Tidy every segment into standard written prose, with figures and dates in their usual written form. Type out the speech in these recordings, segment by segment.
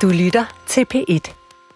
Du lytter til P1.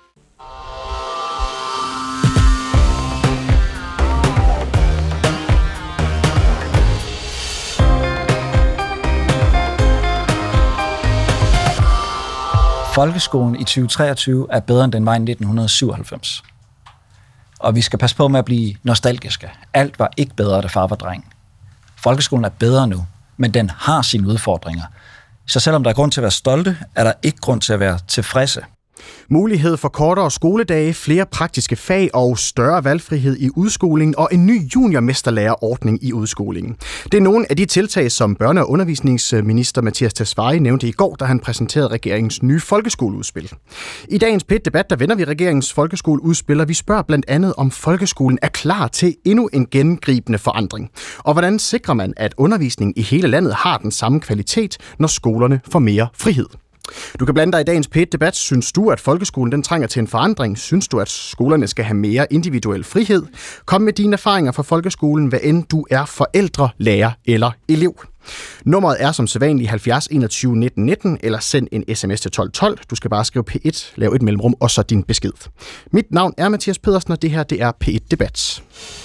Folkeskolen i 2023 er bedre, end den var i 1997. Og vi skal passe på med at blive nostalgiske. Alt var ikke bedre, da far var dreng. Folkeskolen er bedre nu, men den har sine udfordringer. Så selvom der er grund til at være stolte, er der ikke grund til at være tilfredse. Mulighed for kortere skoledage, flere praktiske fag og større valgfrihed i udskolingen og en ny juniormesterlærerordning i udskolingen. Det er nogle af de tiltag, som børne- og undervisningsminister Mattias Tesfaye nævnte i går, da han præsenterede regeringens nye folkeskoleudspil. I dagens P1-debat, der vender vi regeringens folkeskoleudspil, og vi spørger blandt andet, om folkeskolen er klar til endnu en gennemgribende forandring. Og hvordan sikrer man, at undervisningen i hele landet har den samme kvalitet, når skolerne får mere frihed? Du kan blande dig i dagens P1-debat. Synes du, at folkeskolen den trænger til en forandring? Synes du, at skolerne skal have mere individuel frihed? Kom med dine erfaringer fra folkeskolen, hvad end du er forældre, lærer eller elev. Nummeret er som sædvanligt 70 21 19 19, eller send en sms til 12 12. Du skal bare skrive P1, lav et mellemrum og så din besked. Mit navn er Mathias Pedersen, og det her det er P1-debat.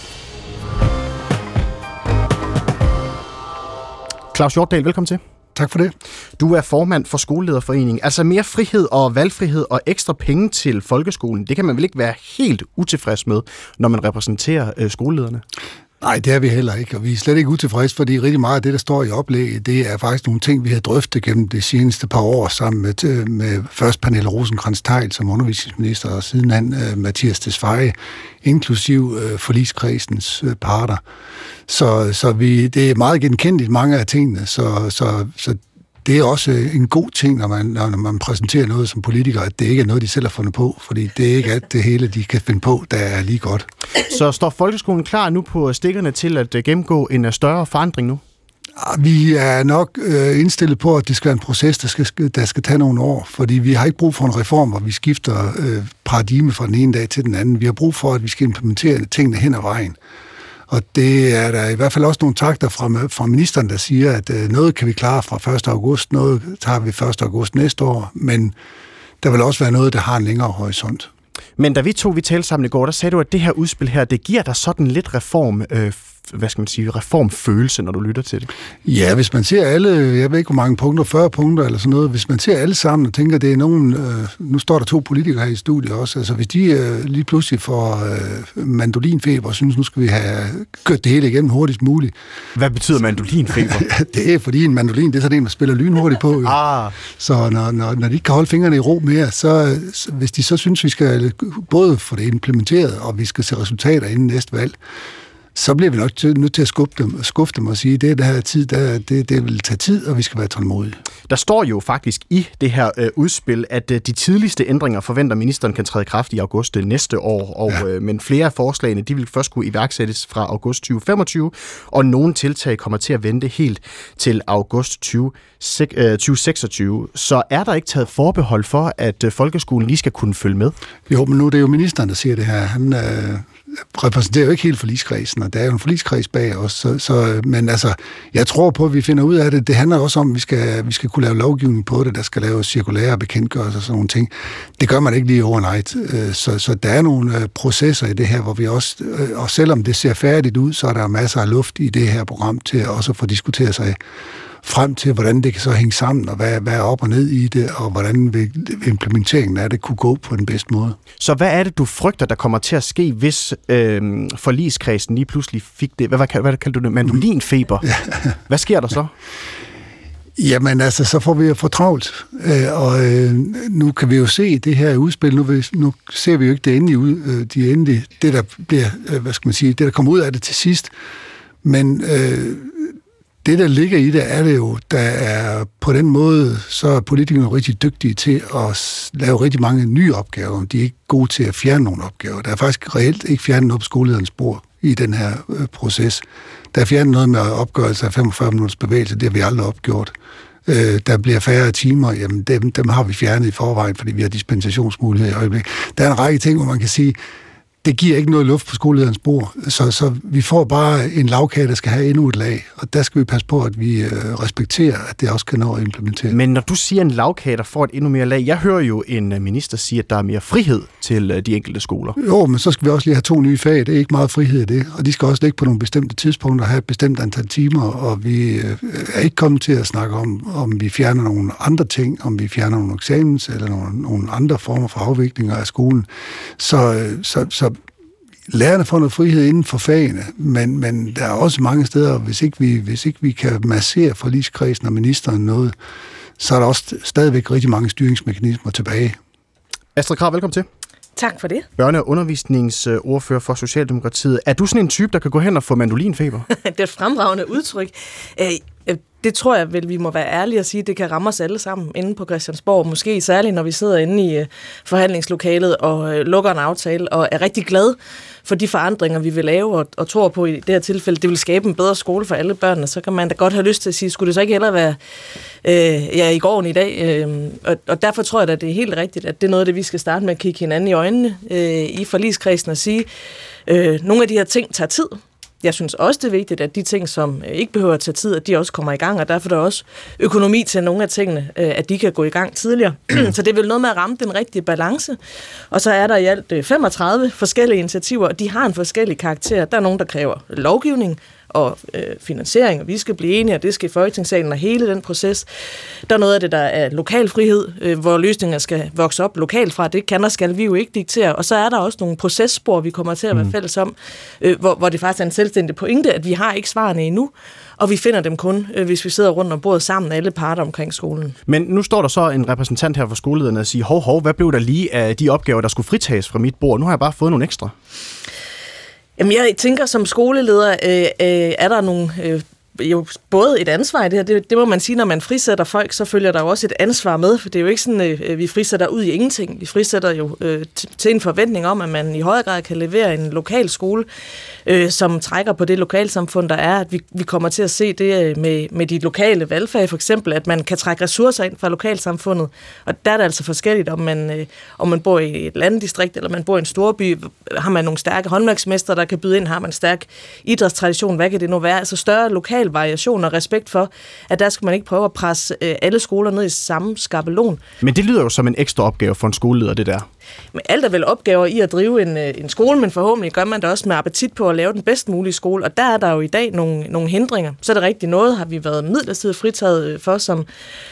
Claus Hjortdal, velkommen til. Tak for det. Du er formand for Skolelederforeningen. Altså mere frihed og valgfrihed og ekstra penge til folkeskolen, det kan man vel ikke være helt utilfreds med, når man repræsenterer skolelederne? Nej, det er vi heller ikke, og vi er slet ikke utilfredse, fordi rigtig meget af det, der står i oplægget, det er faktisk nogle ting, vi har drøftet gennem de seneste par år sammen med først Pernille Rosenkrantz-Theil som undervisningsminister, og sidenhen Mattias Tesfaye, inklusiv forligskredsens parter. Så det er meget genkendeligt, mange af tingene, så det er også en god ting, når man præsenterer noget som politiker, at det ikke er noget, de selv har fundet på, fordi det er ikke alt det hele, de kan finde på, der er lige godt. Så står folkeskolen klar nu på stikkerne til at gennemgå en større forandring nu? Vi er nok indstillet på, at det skal være en proces, der skal tage nogle år, fordi vi har ikke brug for en reform, hvor vi skifter paradigme fra den ene dag til den anden. Vi har brug for, at vi skal implementere tingene hen ad vejen. Og det er der i hvert fald også nogle takter fra ministeren, der siger, at noget kan vi klare fra 1. august, noget tager vi 1. august næste år, men der vil også være noget, der har en længere horisont. Men da vi talte sammen i går, der sagde du, at det her udspil her, det giver dig sådan lidt reformfølelse, når du lytter til det? Ja, hvis man ser alle, jeg ved ikke hvor mange punkter, 40 punkter eller sådan noget, hvis man ser alle sammen og tænker, det er nogen, nu står der 2 politikere her i studiet også, altså hvis de lige pludselig får mandolinfeber og synes, nu skal vi have kørt det hele igennem hurtigst muligt. Hvad betyder mandolinfeber? Det er fordi en mandolin, det er sådan en, man spiller lynhurtigt på. Så når de ikke kan holde fingrene i ro mere, så hvis de så synes, vi skal både få det implementeret, og vi skal se resultater inden næste valg, så bliver vi nok nødt til at skuffe dem og sige, at det her tid, det vil tage tid, og vi skal være tålmodige. Der står jo faktisk i det her udspil, at de tidligste ændringer forventer ministeren kan træde i kraft i august næste år, men flere af forslagene de vil først kunne iværksættes fra august 2025, og nogle tiltag kommer til at vente helt til august 2026. Så er der ikke taget forbehold for, at folkeskolen lige skal kunne følge med? Jo, men nu er det jo ministeren, der siger det her. Han repræsenterer jo ikke helt forligskredsen, og der er jo en forligskreds bag os. Men altså, jeg tror på, at vi finder ud af det. Det handler også om, at vi skal kunne lave lovgivning på det, der skal lave cirkulære bekendtgørelser og sådan nogle ting. Det gør man ikke lige overnight. Så der er nogle processer i det her, hvor vi også, og selvom det ser færdigt ud, så er der masser af luft i det her program til også at få diskuteret sig frem til, hvordan det kan så hænge sammen, og hvad er op og ned i det, og hvordan vil implementeringen af det kunne gå på den bedste måde. Så hvad er det, du frygter, der kommer til at ske, hvis forligskredsen lige pludselig fik det? Hvad kalder du det? Mandolinfeber? Ja. Hvad sker der så? Jamen altså, så får vi for travlt, og nu kan vi jo se det her udspil, nu ser vi jo ikke det endelige, det der bliver, det der kommer ud af det til sidst, men det, der ligger i det, er det jo, der er på den måde, så er politikerne rigtig dygtige til at lave rigtig mange nye opgaver. De er ikke gode til at fjerne nogle opgaver. Der er faktisk reelt ikke fjernet noget på skolelederens bord i den her proces. Der er fjernet noget med opgørelse af 45 minutters bevægelse, det har vi aldrig opgjort. Der bliver færre timer, jamen dem har vi fjernet i forvejen, fordi vi har dispensationsmuligheder i øjeblikket. Der er en række ting, hvor man kan sige, det giver ikke noget luft på skolelederens bord. Så vi får bare en lagkage, der skal have endnu et lag, og der skal vi passe på, at vi respekterer, at det også kan nå at implementere. Men når du siger en lagkage, der får et endnu mere lag, jeg hører jo en minister sige, at der er mere frihed til de enkelte skoler. Jo, men så skal vi også lige have 2 nye fag. Det er ikke meget frihed i det, og de skal også ligge på nogle bestemte tidspunkter og have et bestemt antal timer, og vi er ikke kommet til at snakke om vi fjerner nogle andre ting, om vi fjerner nogle eksamens eller nogle andre former for afviklinger af skolen. Så lærerne får noget frihed inden for fagene, men der er også mange steder, hvis ikke vi kan massere forligskredsen og ministeren noget, så er der også stadigvæk rigtig mange styringsmekanismer tilbage. Astrid Krag, velkommen til. Tak for det. Børne- og undervisningsordfører for Socialdemokratiet. Er du sådan en type, der kan gå hen og få mandolinfeber? Det er et fremragende udtryk. Det tror jeg vel, vi må være ærlige og sige, det kan ramme os alle sammen inde på Christiansborg. Måske særligt, når vi sidder inde i forhandlingslokalet og lukker en aftale og er rigtig glad for de forandringer, vi vil lave og tror på i det her tilfælde, det vil skabe en bedre skole for alle børnene. Så kan man da godt have lyst til at sige, skulle det så ikke hellere være i går end i dag? Og derfor tror jeg, at det er helt rigtigt, at det er noget af det, vi skal starte med at kigge hinanden i øjnene i forligskredsen og sige, nogle af de her ting tager tid. Jeg synes også, det er vigtigt, at de ting, som ikke behøver at tage tid, at de også kommer i gang, og derfor er der også økonomi til nogle af tingene, at de kan gå i gang tidligere. Så det er vel noget med at ramme den rigtige balance. Og så er der i alt 35 forskellige initiativer, og de har en forskellig karakter. Der er nogen, der kræver lovgivning og finansiering, og vi skal blive enige, og det skal i Folketingssalen og hele den proces. Der er noget af det, der er lokal frihed, hvor løsninger skal vokse op lokalt fra. Det kan og skal vi jo ikke diktere. Og så er der også nogle processpor, vi kommer til at være fælles om, hvor det faktisk er en selvstændig pointe, at vi har ikke svarene endnu, og vi finder dem kun, hvis vi sidder rundt om bordet sammen, alle parter omkring skolen. Men nu står der så en repræsentant her for skolelederne og siger, hov, hvad blev der lige af de opgaver, der skulle fritages fra mit bord? Nu har jeg bare fået nogle ekstra. Jamen, jeg tænker, som skoleleder er der nogle... jo både et ansvar i det her, det må man sige, når man frisætter folk, så følger der jo også et ansvar med, for det er jo ikke sådan, vi frisætter ud i ingenting. Vi frisætter jo til en forventning om, at man i højere grad kan levere en lokal skole, som trækker på det lokalsamfund, der er, at vi kommer til at se det med de lokale valgfag, for eksempel, at man kan trække ressourcer ind fra lokalsamfundet, og der er det altså forskelligt, om man bor i et landdistrikt, eller man bor i en storby, har man nogle stærke håndværksmestre, der kan byde ind, har man stærk idrætstradition, hvad kan det nu være, altså større lokal variation og respekt for, at der skal man ikke prøve at presse alle skoler ned i samme skabelon. Men det lyder jo som en ekstra opgave for en skoleleder, det der. Men alt er vel opgaver i at drive en skole, men forhåbentlig gør man det også med appetit på at lave den bedst mulige skole, og der er der jo i dag nogle hindringer. Så er det rigtigt noget, har vi været midlertidigt fritaget for, som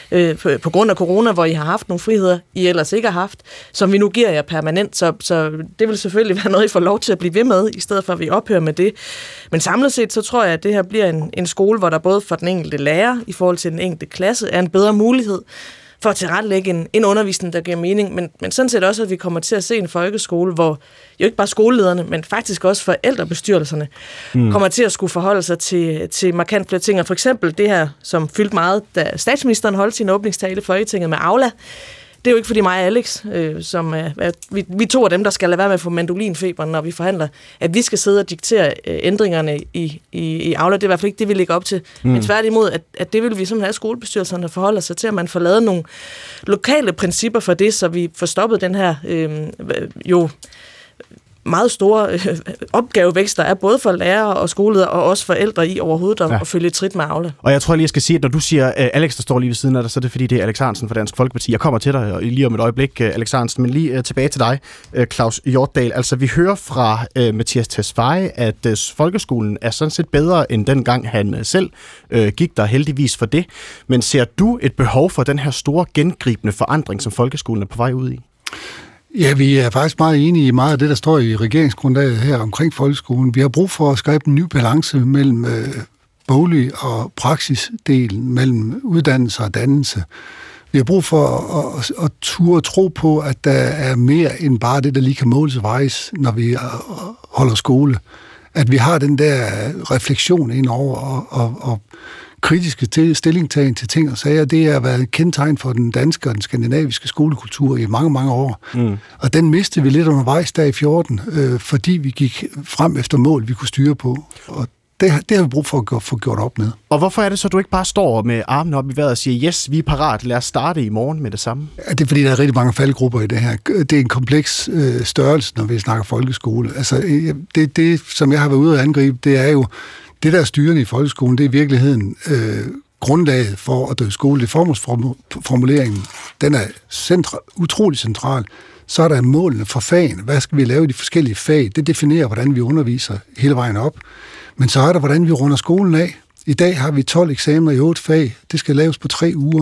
på grund af corona, hvor I har haft nogle friheder, I ellers ikke har haft, som vi nu giver jer permanent, så det vil selvfølgelig være noget, I får lov til at blive ved med, i stedet for at vi ophører med det. Men samlet set, så tror jeg, at det her bliver en skole, hvor der både for den enkelte lærer, i forhold til den enkelte klasse, er en bedre mulighed for at tilrettelægge en undervisning, der giver mening, men sådan set også, at vi kommer til at se en folkeskole, hvor jo ikke bare skolelederne, men faktisk også forældrebestyrelserne kommer til at skulle forholde sig til markant flere ting. Og for eksempel det her, som fyldte meget, da statsministeren holdt sin åbningstale i Folketinget med Aula. Det er jo ikke fordi mig og Alex, som vi to af dem, der skal lade være med at få mandolinfeberen, når vi forhandler, at vi skal sidde og diktere ændringerne i Aula. Det er i hvert fald ikke det, vi lægger op til. Men tværtimod, at det vil vi simpelthen have skolebestyrelserne forholde sig til, at man får lavet nogle lokale principper for det, så vi får stoppet den her meget store opgavevækst, der er både for lærere og skoleledere og også forældre i overhovedet at følge trit med Aula. Og jeg tror lige, jeg skal sige, at når du siger, Alex, der står lige ved siden af dig, så er det fordi, det er Alex Ahrendtsen fra Dansk Folkeparti. Jeg kommer til dig lige om et øjeblik, Alex Ahrendtsen, men lige tilbage til dig, Claus Hjortdal. Altså, vi hører fra Mathias Tesfaye, at folkeskolen er sådan set bedre, end dengang han selv gik der, heldigvis for det. Men ser du et behov for den her store gengribende forandring, som folkeskolen er på vej ud i? Ja, vi er faktisk meget enige i meget af det, der står i regeringsgrundlaget her omkring folkeskolen. Vi har brug for at skabe en ny balance mellem boglig og praksisdelen, mellem uddannelse og dannelse. Vi har brug for at turde tro på, at der er mere end bare det, der lige kan måles og vejes, når vi holder skole. At vi har den der refleksion indover og kritiske stillingtagen til ting og sager, det har været et kendetegn for den danske og den skandinaviske skolekultur i mange, mange år. Og den mistede vi lidt undervejs der i 14, fordi vi gik frem efter mål, vi kunne styre på. Og Det har vi brug for at få gjort op med. Og hvorfor er det så, du ikke bare står med armene op i vejret og siger, yes, vi er parat, lad os starte i morgen med det samme? Ja, det er fordi, der er rigtig mange faldgrupper i det her. Det er en kompleks størrelse, når vi snakker folkeskole. Altså, det, som jeg har været ude at angribe, det er jo, det der er styrende i folkeskolen, det er i virkeligheden grundlaget for at drive skole. Det er formålsformuleringen. Den er utrolig central. Så er der målene for fagene. Hvad skal vi lave i de forskellige fag? Det definerer, hvordan vi underviser hele vejen op. Men så er der, hvordan vi runder skolen af. I dag har vi 12 eksamener i 8 fag. Det skal laves på 3 uger.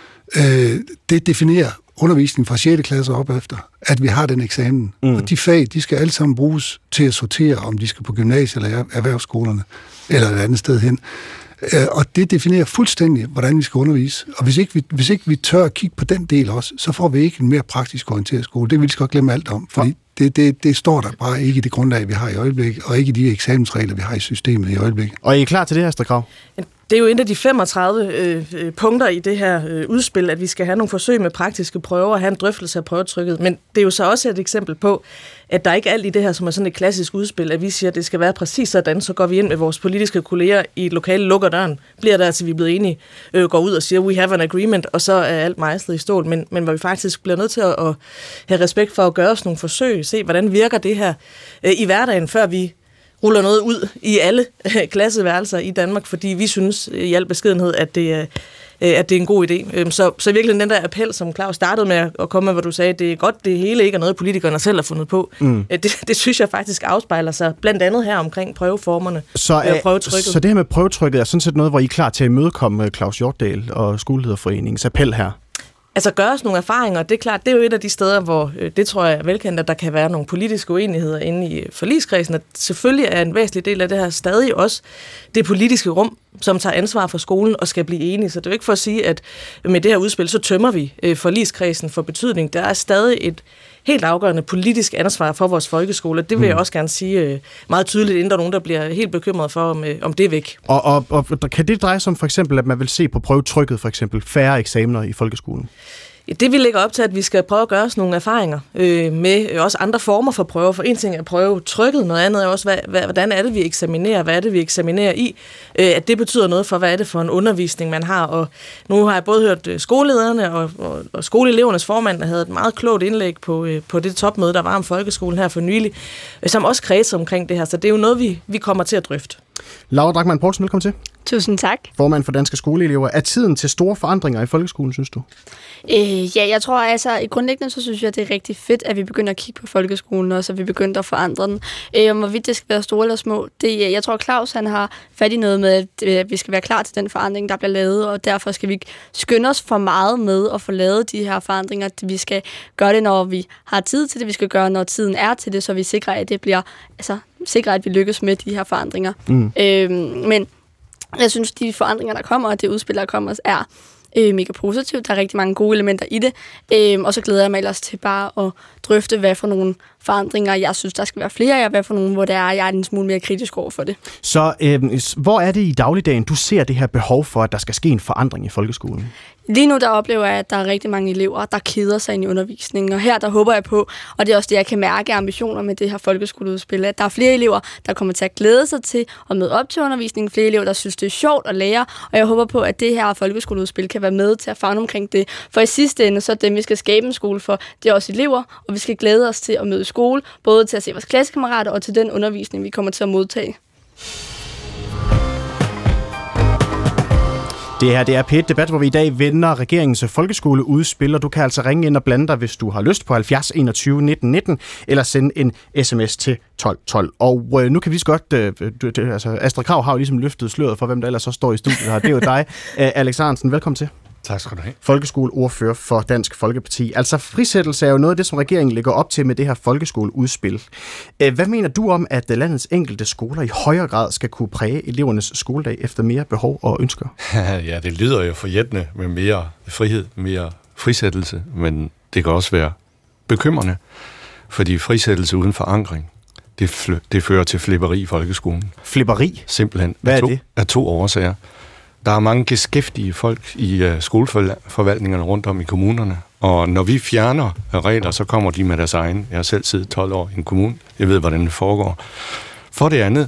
Det definerer undervisningen fra 6. klasse op efter, at vi har den eksamen. Og de fag, de skal alle sammen bruges til at sortere, om de skal på gymnasiet eller erhvervsskolerne, eller et andet sted hen. Og det definerer fuldstændig, hvordan vi skal undervise. Og hvis ikke vi tør at kigge på den del også, så får vi ikke en mere praktisk orienteret skole. Det vil vi godt glemme alt om, fordi det står der bare ikke i det grundlag, vi har i øjeblikket, og ikke i de eksamensregler, vi har i systemet i øjeblikket. Og er I klar til det her, Astrid Krag? Det er jo en af de 35 punkter i det her udspil, at vi skal have nogle forsøg med praktiske prøver og have en drøftelse af prøvetrykket. Men det er jo så også et eksempel på, at der er ikke alt i det her, som er sådan et klassisk udspil, at vi siger, at det skal være præcis sådan, så går vi ind med vores politiske kolleger i et lokale, lukker døren, bliver der, til vi er blevet enige, går ud og siger, we have an agreement, og så er alt mejslet i stål. Men hvor vi faktisk bliver nødt til at have respekt for at gøre os nogle forsøg, se, hvordan virker det her i hverdagen, før vi ruller noget ud i alle klasseværelser i Danmark, fordi vi synes i al beskedenhed, at det er en god idé. Så virkelig den der appel, som Claus startede med at komme med, hvor du sagde, det er godt, det hele ikke er noget, politikerne selv har fundet på. Det synes jeg faktisk afspejler sig, blandt andet her omkring prøveformerne og prøvetrykket. Så det her med prøvetrykket er sådan set noget, hvor I er klar til at imødekomme Claus Hjortdal og Skolelederforeningens appel her? Altså gøre os nogle erfaringer, det er klart, det er jo et af de steder, hvor det tror jeg er velkendt, at der kan være nogle politiske uenigheder inde i forligskredsen, at selvfølgelig er en væsentlig del af det her stadig også det politiske rum, som tager ansvar for skolen og skal blive enige. Så det er jo ikke for at sige, at med det her udspil, så tømmer vi forligskredsen for betydning. Der er stadig et helt afgørende politisk ansvar for vores folkeskole. Det vil jeg også gerne sige meget tydeligt, inden der er nogen, der bliver helt bekymret for, om det er væk. Og kan det dreje sig om for eksempel, at man vil se på prøvetrykket, for eksempel færre eksamener i folkeskolen? Det vi lægger op til, at vi skal prøve at gøre os nogle erfaringer med også andre former for prøver. For en ting er prøvetrykket, noget andet er også, hvordan er det, vi eksaminerer, hvad er det, vi eksaminerer i. At det betyder noget for, hvad er det for en undervisning, man har. Og nu har jeg både hørt skolelederne og skoleelevernes formand, der havde et meget klogt indlæg på det topmøde, der var om folkeskolen her for nylig, som også kredser omkring det her. Så det er jo noget, vi kommer til at drøfte. Laura Drachmann Poulsen, velkommen til. Tusind tak. Formand for Danske Skoleelever. Er tiden til store forandringer i folkeskolen, synes du? Ja, jeg tror altså, i grundlæggende så synes jeg, det er rigtig fedt, at vi begynder at kigge på folkeskolen også, og vi begynder at forandre den. Om hvorvidt det skal være store eller små, jeg tror, Claus han har fat i noget med, at vi skal være klar til den forandring, der bliver lavet, og derfor skal vi ikke skynde os for meget med at få lavet de her forandringer. Vi skal gøre det, når vi har tid til det, vi skal gøre, når tiden er til det, så vi sikrer, at det bliver, sikrer, at vi lykkes med de her forandringer. Men jeg synes, de forandringer, der kommer, og det udspil, der kommer, er mega positivt. Der er rigtig mange gode elementer i det. Og så glæder jeg mig ellers til bare at drøfte, hvad for nogle forandringer jeg synes, der skal være flere, og hvad for nogle, hvor jeg er en smule mere kritisk over for det. Så hvor er det i dagligdagen, du ser det her behov for, at der skal ske en forandring i folkeskolen? Lige nu der oplever jeg, at der er rigtig mange elever, der keder sig ind i undervisningen, og her der håber jeg på, og det er også det, jeg kan mærke af ambitioner med det her folkeskoleudspil, at der er flere elever, der kommer til at glæde sig til at møde op til undervisningen, flere elever, der synes, det er sjovt at lære, og jeg håber på, at det her folkeskoleudspil kan være med til at favne omkring det, for i sidste ende, så er dem, vi skal skabe en skole for, det er også elever, og vi skal glæde os til at møde i skole, både til at se vores klassekammerater og til den undervisning, vi kommer til at modtage. Det her det er P1 Debat, hvor vi i dag vender regeringens folkeskoleudspil, og du kan altså ringe ind og blande dig, hvis du har lyst på 70 21 19 19, eller sende en sms til 12 12. Og nu kan vi så godt, Astrid Krag har jo ligesom løftet sløret for, hvem der ellers så står i studiet her. Det er jo dig, Alex Ahrendtsen. Velkommen til. Tak skal du have. Folkeskoleordfører for Dansk Folkeparti. Altså frisættelse er jo noget af det, som regeringen lægger op til med det her folkeskoleudspil. Hvad mener du om, at landets enkelte skoler i højere grad skal kunne præge elevernes skoledag efter mere behov og ønsker? Ja, det lyder jo forjættende med mere frihed, mere frisættelse, men det kan også være bekymrende, fordi frisættelse uden forankring, det fører til flipperi i folkeskolen. Flipperi? Simpelthen. Hvad er det? Af to årsager. Der er mange beskæftigede folk i skoleforvaltningerne rundt om i kommunerne, og når vi fjerner regler, så kommer de med deres egen. Jeg har selv siddet 12 år i en kommune. Jeg ved, hvordan det foregår. For det andet,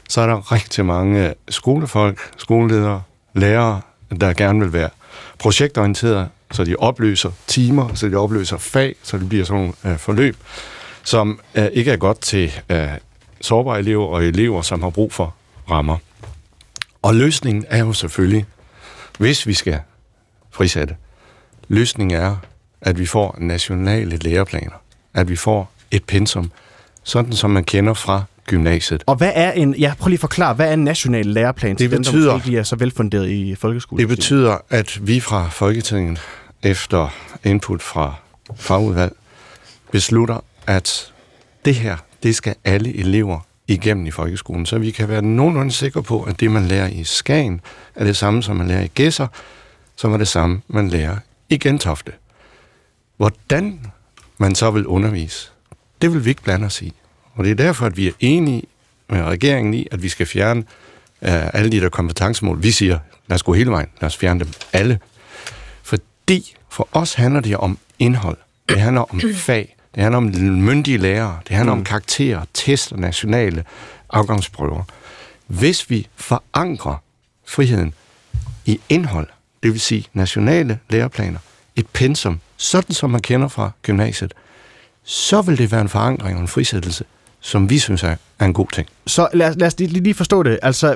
så er der rigtig mange skolefolk, skoleledere, lærere, der gerne vil være projektorienterede, så de opløser timer, så de opløser fag, så det bliver sådan nogle forløb, som ikke er godt til sårbare elever og elever, som har brug for rammer. Og løsningen er jo selvfølgelig, hvis vi skal frisætte, løsningen er, at vi får nationale læreplaner, at vi får et pensum, sådan som man kender fra gymnasiet. Og hvad er prøv lige at forklare, hvad er en national læreplan til dem, der ikke er så velfunderet i folkeskolen? Det betyder, at vi fra Folketinget, efter input fra fagudvalg, beslutter, at det her, det skal alle elever igennem i folkeskolen, så vi kan være nogenlunde sikre på, at det, man lærer i Skagen, er det samme, som man lærer i Gedser, som er det samme, man lærer i Gentofte. Hvordan man så vil undervise, det vil vi ikke blande os i. Og det er derfor, at vi er enige med regeringen i, at vi skal fjerne alle de der kompetencemål. Vi siger, lad os gå hele vejen, lad os fjerne dem alle. Fordi for os handler det om indhold. Det handler om fag. Det handler om myndige lærere. Det handler om karakterer, test og nationale afgangsprøver. Hvis vi forankrer friheden i indhold, det vil sige nationale læreplaner, et pensum, sådan som man kender fra gymnasiet, så vil det være en forankring og en frisættelse, som vi synes er en god ting. Så lad os lige forstå det. Altså,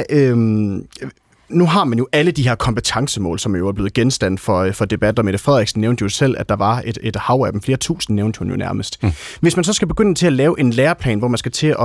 nu har man jo alle de her kompetencemål, som jo er blevet genstand for debatter. Mette Frederiksen nævnte jo selv, at der var et hav af dem. Flere tusind nævnte hun jo nærmest. Hvis man så skal begynde til at lave en læreplan, hvor man skal til at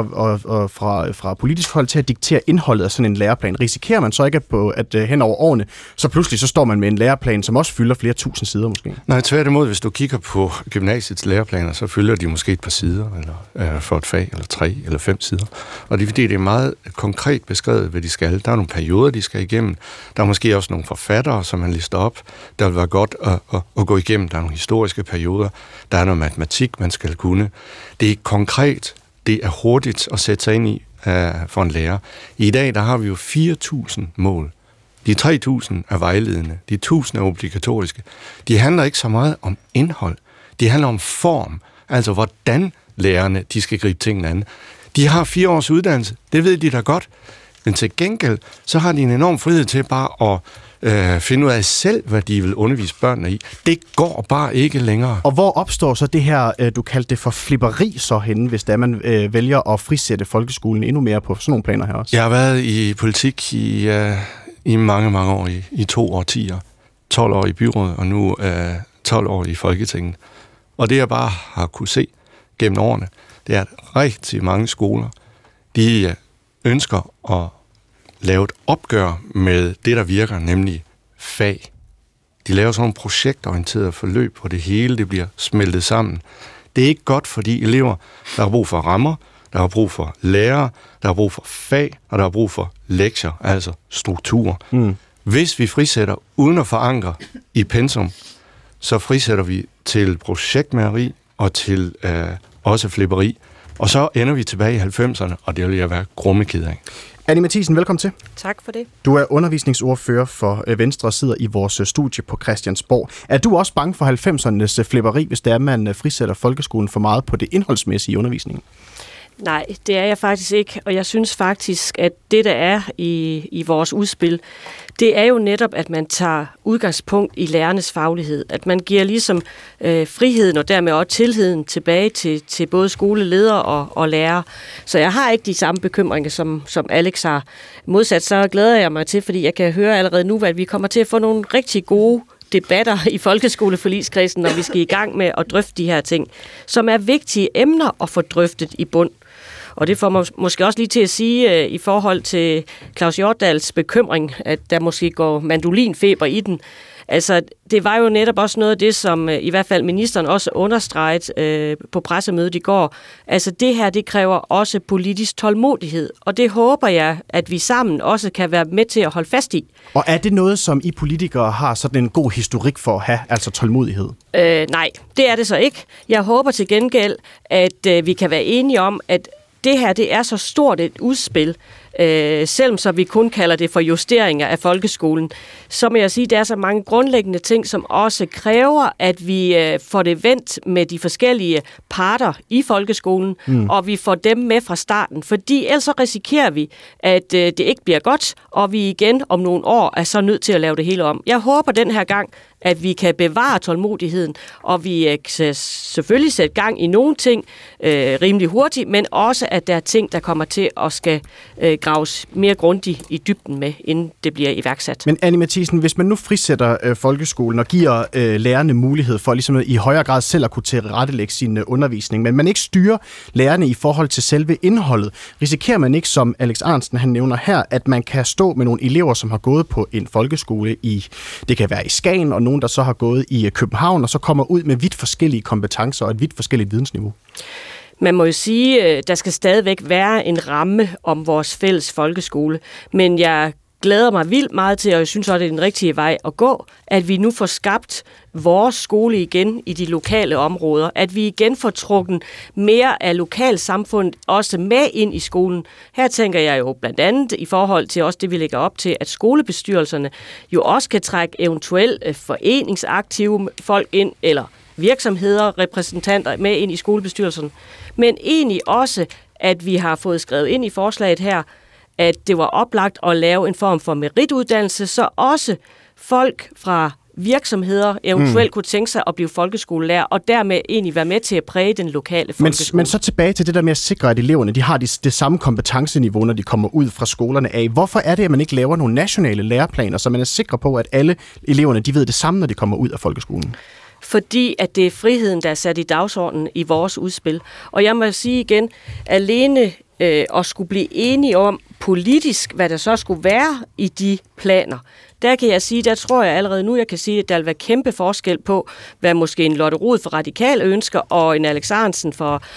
fra politisk hold til at diktere indholdet af sådan en læreplan, risikerer man så ikke at hen over årene, så pludselig så står man med en læreplan, som også fylder flere tusind sider måske? Nej, tværtimod, hvis du kigger på gymnasiets læreplaner, så fylder de måske et par sider, eller for et fag, eller 3 eller 5 sider. Og det er fordi, det er meget konkret beskrevet, hvad de skal. Der er nogle perioder, de skal igennem. Der er måske også nogle forfattere, som man lister op. Der vil være godt at gå igennem. Der er nogle historiske perioder. Der er noget matematik, man skal kunne. Det er konkret. Det er hurtigt at sætte sig ind i for en lærer. I dag, der har vi jo 4.000 mål. De 3.000 er vejledende. De 1.000 er obligatoriske. De handler ikke så meget om indhold. De handler om form. Altså, hvordan lærerne de skal gribe tingene an. De har 4 års uddannelse. Det ved de da godt. Men til gengæld, så har de en enorm frihed til bare at finde ud af selv, hvad de vil undervise børnene i. Det går bare ikke længere. Og hvor opstår så det her, du kaldte det for flipperi så henne, hvis der man vælger at frisætte folkeskolen endnu mere på sådan nogle planer her også? Jeg har været i politik i mange, mange år, i 2 årtier. 12 år i byrådet, og nu 12 år i Folketinget. Og det jeg bare har kunne se gennem årene, det er, at rigtig mange skoler, de ønsker at lave et opgør med det, der virker, nemlig fag. De laver sådan nogle projektorienterede forløb, hvor det hele det bliver smeltet sammen. Det er ikke godt for de elever, der har brug for rammer, der har brug for lærere, der har brug for fag, og der har brug for lektier, altså struktur. Hvis vi frisætter uden at forankre i pensum, så frisætter vi til projektmageri og til også flipperi. Og så ender vi tilbage i 90'erne, og det vil jeg være grummeked af. Annie Mathisen, velkommen til. Tak for det. Du er undervisningsordfører for Venstre og sidder i vores studie på Christiansborg. Er du også bange for 90'ernes flipperi, hvis det er, man frisætter folkeskolen for meget på det indholdsmæssige i undervisningen? Nej, det er jeg faktisk ikke, og jeg synes faktisk, at det, der er i vores udspil, det er jo netop, at man tager udgangspunkt i lærernes faglighed. At man giver ligesom friheden og dermed også tilliden tilbage til både skoleledere og lærere. Så jeg har ikke de samme bekymringer, som Alex har. Modsat så glæder jeg mig til, fordi jeg kan høre allerede nu, at vi kommer til at få nogle rigtig gode debatter i folkeskoleforligskredsen, når vi skal i gang med at drøfte de her ting, som er vigtige emner at få drøftet i bund. Og det får man måske også lige til at sige i forhold til Claus Hjortdals bekymring, at der måske går mandolinfeber i den. Altså, det var jo netop også noget af det, som i hvert fald ministeren også understreget på pressemødet i går. Altså, det her, det kræver også politisk tålmodighed, og det håber jeg, at vi sammen også kan være med til at holde fast i. Og er det noget, som I politikere har sådan en god historik for at have, altså tålmodighed? Nej, det er det så ikke. Jeg håber til gengæld, at vi kan være enige om, at det her, det er så stort et udspil, selvom så vi kun kalder det for justeringer af folkeskolen, så må jeg sige, at der er så mange grundlæggende ting, som også kræver, at vi får det vendt med de forskellige parter i folkeskolen, og vi får dem med fra starten, fordi ellers så risikerer vi, at det ikke bliver godt, og vi igen om nogle år er så nødt til at lave det hele om. Jeg håber den her gang, at vi kan bevare tålmodigheden, og vi kan selvfølgelig sætte gang i nogle ting rimelig hurtigt, men også, at der er ting, der kommer til at skal graves mere grundigt i dybden med, inden det bliver iværksat. Men Annie Matthiesen, hvis man nu frisætter folkeskolen og giver lærerne mulighed for ligesom i højere grad selv at kunne tilrettelægge sin undervisning, men man ikke styrer lærerne i forhold til selve indholdet, risikerer man ikke, som Alex Ahrendtsen han nævner her, at man kan stå med nogle elever, som har gået på en folkeskole det kan være i Skagen, og nogen, der så har gået i København, og så kommer ud med vidt forskellige kompetencer og et vidt forskelligt vidensniveau? Man må jo sige, at der skal stadigvæk være en ramme om vores fælles folkeskole, men jeg glæder mig vildt meget til, og jeg synes også, det er den rigtige vej at gå, at vi nu får skabt vores skole igen i de lokale områder, at vi igen får trukket mere af lokalsamfundet også med ind i skolen. Her tænker jeg jo blandt andet i forhold til også det, vi lægger op til, at skolebestyrelserne jo også kan trække eventuelt foreningsaktive folk ind, eller virksomheder, repræsentanter med ind i skolebestyrelsen, men egentlig også, at vi har fået skrevet ind i forslaget her, at det var oplagt at lave en form for merituddannelse, så også folk fra virksomheder eventuelt kunne tænke sig at blive folkeskolelærer, og dermed egentlig være med til at præge den lokale folkeskole. Men så tilbage til det der med at sikre, at eleverne de har det samme kompetenceniveau, når de kommer ud fra skolerne af. Hvorfor er det, at man ikke laver nogle nationale læreplaner, så man er sikker på, at alle eleverne de ved det samme, når de kommer ud af folkeskolen? Fordi at det er friheden, der er sat i dagsordenen i vores udspil. Og jeg må sige igen, alene at skulle blive enige om politisk, hvad der så skulle være i de planer, der kan jeg sige, der tror jeg allerede nu, jeg kan sige, at der vil være kæmpe forskel på, hvad måske en Lotte Rod fra Radikale ønsker, og en Alex Ahrendtsen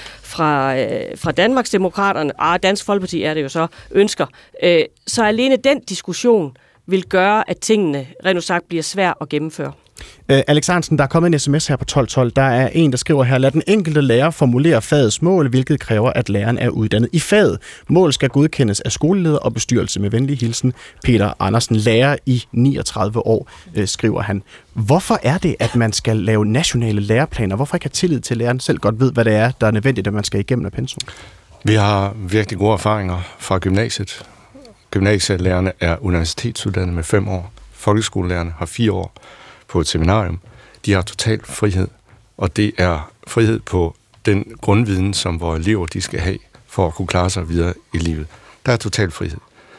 fra Danmarksdemokraterne, Dansk Folkeparti er det jo så, ønsker. Så alene den diskussion vil gøre, at tingene rent sagt bliver svært at gennemføre. Alex Ahrendtsen, der er kommet en sms her på 1212. Der er en, der skriver her: lad den enkelte lærer formulere fagets mål, hvilket kræver, at læreren er uddannet i faget. Mål skal godkendes af skoleleder og bestyrelse. Med venlig hilsen, Peter Andersen, lærer i 39 år, skriver han. Hvorfor er det, at man skal lave nationale læreplaner? Hvorfor ikke have tillid til, at læreren selv godt ved, hvad det er, der er nødvendigt, at man skal igennem af pensum? Vi har virkelig gode erfaringer fra gymnasiet. Gymnasielærerne er universitetsuddannede med 5 år. Folkeskolelærerne har 4 år på et seminarium. De har total frihed, og det er frihed på den grundviden, som vores elever de skal have for at kunne klare sig videre i livet. Der er total frihed.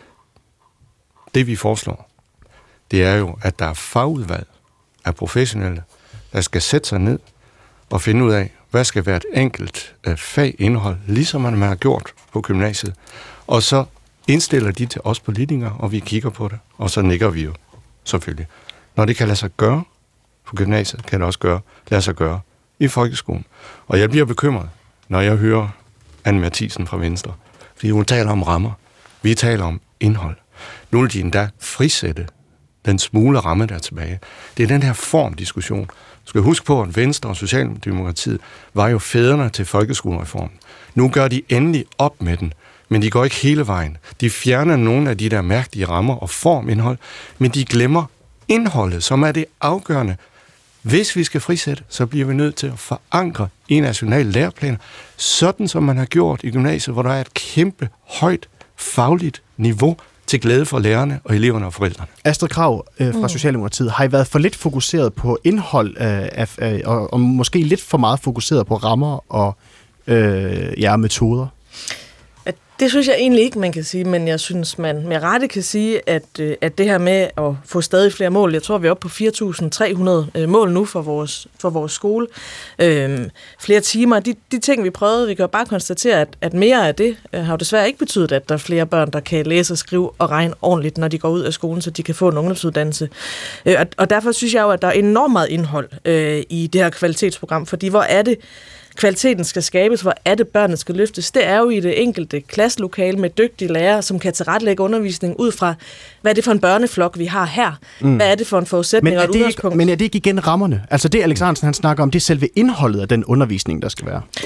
Det vi foreslår, det er jo, at der er fagudvalg af professionelle, der skal sætte sig ned og finde ud af, hvad skal være et enkelt fagindhold, ligesom man har gjort på gymnasiet. Og så indstiller de til os politikere, og vi kigger på det, og så nikker vi jo selvfølgelig. Når det kan lade sig gøre på gymnasiet, kan det også lade sig gøre i folkeskolen. Og jeg bliver bekymret, når jeg hører Annie Matthiesen fra Venstre, fordi hun taler om rammer. Vi taler om indhold. Nu vil de endda frisætte den smule ramme, der er tilbage. Det er den her formdiskussion. Du skal huske på, at Venstre og Socialdemokratiet var jo fædrene til folkeskolereformen. Nu gør de endelig op med den, men de går ikke hele vejen. De fjerner nogle af de der mærkelige rammer og formindhold, men de glemmer indholdet, som er det afgørende. Hvis vi skal frisætte, så bliver vi nødt til at forankre i nationale læreplaner, sådan som man har gjort i gymnasiet, hvor der er et kæmpe, højt, fagligt niveau til glæde for lærerne og eleverne og forældrene. Astrid Krag fra Socialdemokratiet, har I været for lidt fokuseret på indhold og måske lidt for meget fokuseret på rammer og metoder? Det synes jeg egentlig ikke, man kan sige, men jeg synes, man med rette kan sige, at det her med at få stadig flere mål, jeg tror, vi er oppe på 4.300 mål nu for vores skole. Flere timer, de ting, vi prøvede, vi kan jo bare konstatere, at mere af det har jo desværre ikke betydet, at der er flere børn, der kan læse og skrive og regne ordentligt, når de går ud af skolen, så de kan få en ungdomsuddannelse. Og derfor synes jeg jo, at der er enormt meget indhold i det her kvalitetsprogram, fordi hvor er det, kvaliteten skal skabes, hvor er det, børnene skal løftes. Det er jo i det enkelte klasselokale med dygtige lærere, som kan tilrettelægge undervisning ud fra, hvad er det for en børneflok, vi har her? Hvad er det for en forudsætning og et udgangspunkt? Men er det ikke igen rammerne? Altså det, Alex Ahrendtsen han snakker om, det er selve indholdet af den undervisning, der skal være.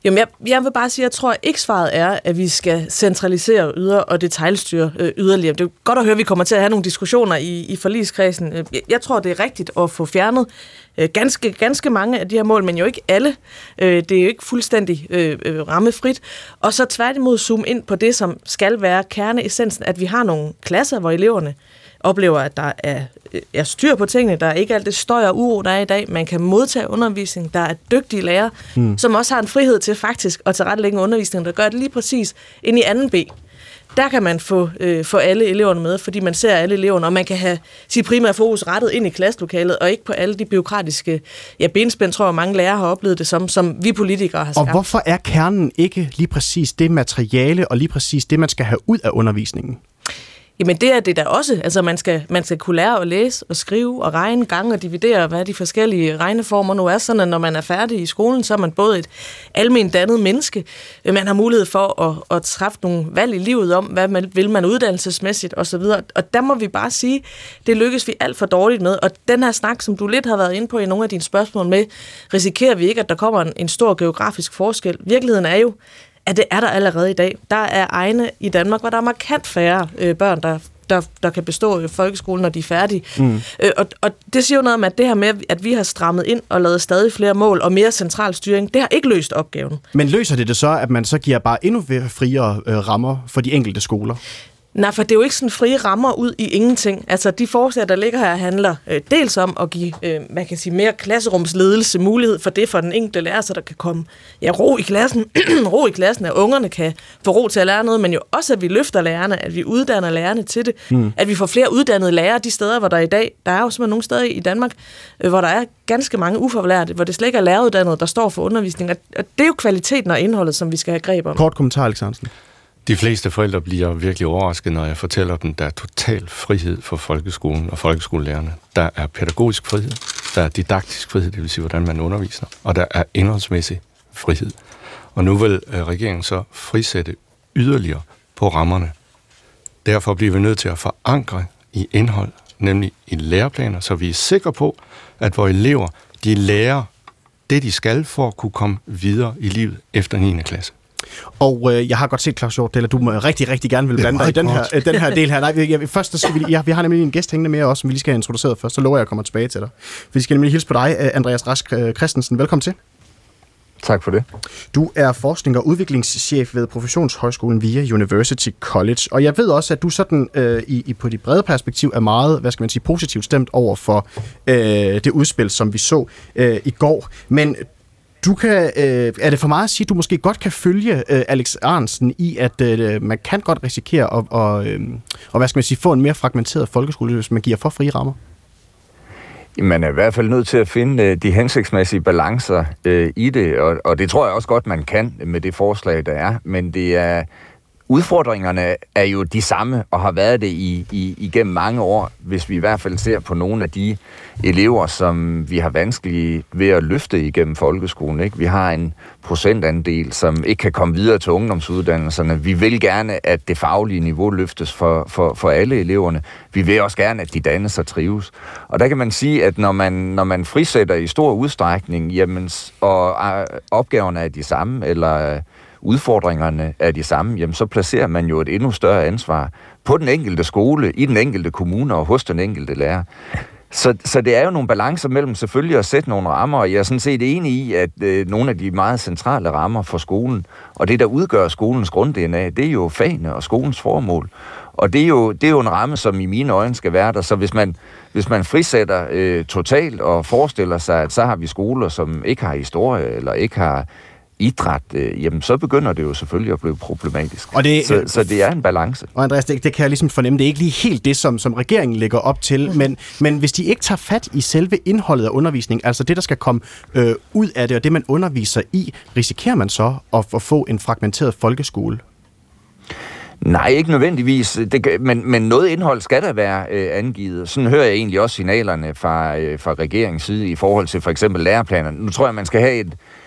Jamen, jeg vil bare sige, at jeg tror ikke svaret er, at vi skal centralisere og detailstyre yderligere. Det er godt at høre, at vi kommer til at have nogle diskussioner i forligskredsen. Jeg tror, det er rigtigt at få fjernet ganske mange af de her mål, men jo ikke alle. Det er jo ikke fuldstændig rammefrit. Og så tværtimod zoome ind på det, som skal være kerneessensen, at vi har nogle klasser, hvor eleverne oplever, at der er styr på tingene, der er ikke alt det støj og uro, der er i dag. Man kan modtage undervisning, der er dygtige lærere, som også har en frihed til faktisk at tilrettelægge en undervisning, der gør det lige præcis ind i 2B. Der kan man få alle eleverne med, fordi man ser alle eleverne, og man kan have sit primære fokus rettet ind i klasselokalet, og ikke på alle de bureaukratiske benspænd, tror jeg, mange lærere har oplevet det som vi politikere har skabt. Og hvorfor er kernen ikke lige præcis det materiale, og lige præcis det, man skal have ud af undervisningen? Jamen det er det der også. Altså man skal kunne lære at læse og skrive og regne, gange og dividere, hvad de forskellige regneformer nu er, sådan at når man er færdig i skolen, så er man både et alment dannet menneske. Man har mulighed for at træffe nogle valg i livet om, hvad man vil uddannelsesmæssigt osv. Og der må vi bare sige, det lykkes vi alt for dårligt med. Og den her snak, som du lidt har været inde på i nogle af dine spørgsmål med, risikerer vi ikke, at der kommer en stor geografisk forskel. Virkeligheden er jo, at det er der allerede i dag. Der er egne i Danmark, hvor der er markant færre børn, der kan bestå i folkeskolen, når de er færdige. Og det siger jo noget om, at det her med, at vi har strammet ind og lavet stadig flere mål og mere central styring, det har ikke løst opgaven. Men løser det så, at man så giver bare endnu friere rammer for de enkelte skoler? Nej, for det er jo ikke sådan frie rammer ud i ingenting. Altså, de forslag, der ligger her, handler dels om at give, man kan sige, mere klasserumsledelse, mulighed for det for den enkelte lærer, så der kan komme ro i klassen, at ungerne kan få ro til at lære noget, men jo også, at vi løfter lærerne, at vi uddanner lærerne til det, at vi får flere uddannede lærere de steder, hvor der i dag, der er jo simpelthen nogle steder i Danmark, hvor der er ganske mange ufaglærte, hvor det slet ikke er læreruddannede, der står for undervisning, og det er jo kvaliteten og indholdet, som vi skal have greb om. Kort kommentar, Alexandersen. De fleste forældre bliver virkelig overrasket, når jeg fortæller dem, der er total frihed for folkeskolen og folkeskolelærerne. Der er pædagogisk frihed, der er didaktisk frihed, det vil sige, hvordan man underviser, og der er indholdsmæssig frihed. Og nu vil regeringen så frisætte yderligere på rammerne. Derfor bliver vi nødt til at forankre i indhold, nemlig i læreplaner, så vi er sikre på, at vores elever, de lærer det, de skal for at kunne komme videre i livet efter 9. klasse. Og jeg har godt set, Claus Hjort, at du rigtig, rigtig gerne vil blande dig i den her del her. Nej, først skal vi har nemlig en gæst hængende med os, som vi lige skal have introduceret først. Så lover jeg at komme tilbage til dig. Vi skal nemlig hilse på dig, Andreas Rask Christensen. Velkommen til. Tak for det. Du er forskning- og udviklingschef ved Professionshøjskolen VIA University College, og jeg ved også, at du sådan på dit brede perspektiv er meget, positivt stemt over for det udspil, som vi så i går. Men du kan, er det for meget at sige, at du måske godt kan følge Alex Ahrendtsen i, at man kan godt risikere at få en mere fragmenteret folkeskole, hvis man giver for frie rammer? Man er i hvert fald nødt til at finde de hensigtsmæssige balancer i det, og det tror jeg også godt, man kan med det forslag, der er, men det er udfordringerne er jo de samme, og har været det igennem mange år, hvis vi i hvert fald ser på nogle af de elever, som vi har vanskeligt ved at løfte igennem folkeskolen. Ikke? Vi har en procentandel, som ikke kan komme videre til ungdomsuddannelserne. Vi vil gerne, at det faglige niveau løftes for alle eleverne. Vi vil også gerne, at de dannes og trives. Og der kan man sige, at når man frisætter i stor udstrækning, jamen, og opgaverne er de samme, eller udfordringerne er de samme, jamen så placerer man jo et endnu større ansvar på den enkelte skole, i den enkelte kommune og hos den enkelte lærer. Så det er jo nogle balancer mellem selvfølgelig at sætte nogle rammer, og jeg er sådan set enig i, at nogle af de meget centrale rammer for skolen, og det der udgør skolens grund-DNA, det er jo fagene og skolens formål. Og det er jo en ramme, som i mine øjne skal være der. Så hvis man frisætter totalt og forestiller sig, at så har vi skoler, som ikke har historie eller ikke har idræt, jamen så begynder det jo selvfølgelig at blive problematisk. Og så det er en balance. Og Andreas, det kan jeg ligesom fornemme, det er ikke lige helt det, som regeringen lægger op til, men hvis de ikke tager fat i selve indholdet af undervisning, altså det, der skal komme ud af det, og det, man underviser i, risikerer man så at få en fragmenteret folkeskole? Nej, ikke nødvendigvis, men noget indhold skal der være angivet. Sådan hører jeg egentlig også signalerne fra regeringens side i forhold til for eksempel læreplaner. Nu tror jeg, man skal have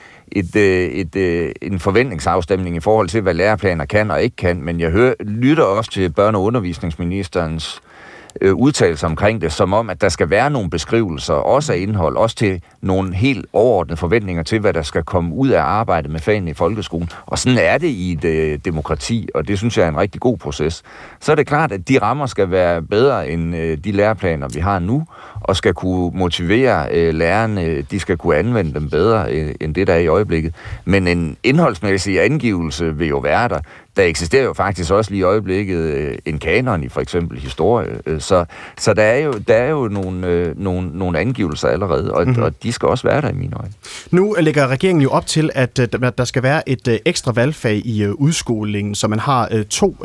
en forventningsafstemning i forhold til, hvad læreplaner kan og ikke kan, men jeg lytter også til børne- og undervisningsministerens udtalelser omkring det, som om, at der skal være nogle beskrivelser, også af indhold, også til nogle helt overordnede forventninger til, hvad der skal komme ud af arbejdet med fagene i folkeskolen. Og sådan er det i et demokrati, og det synes jeg er en rigtig god proces. Så er det klart, at de rammer skal være bedre end de læreplaner, vi har nu, og skal kunne motivere lærerne, de skal kunne anvende dem bedre end det, der er i øjeblikket. Men en indholdsmæssig angivelse vil jo være der. Der eksisterer jo faktisk også lige i øjeblikket en kanon i for eksempel historie. Så der er jo nogle angivelser allerede, og de skal også være der i mine øjne. Nu lægger regeringen jo op til, at der skal være et ekstra valgfag i udskolingen, så man har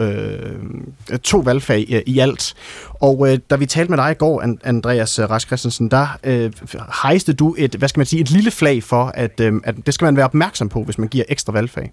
to valgfag i alt. Og da vi talte med dig i går, Andreas Rask Christensen, der hejste du et lille flag for, at det skal man være opmærksom på, hvis man giver ekstra valgfag.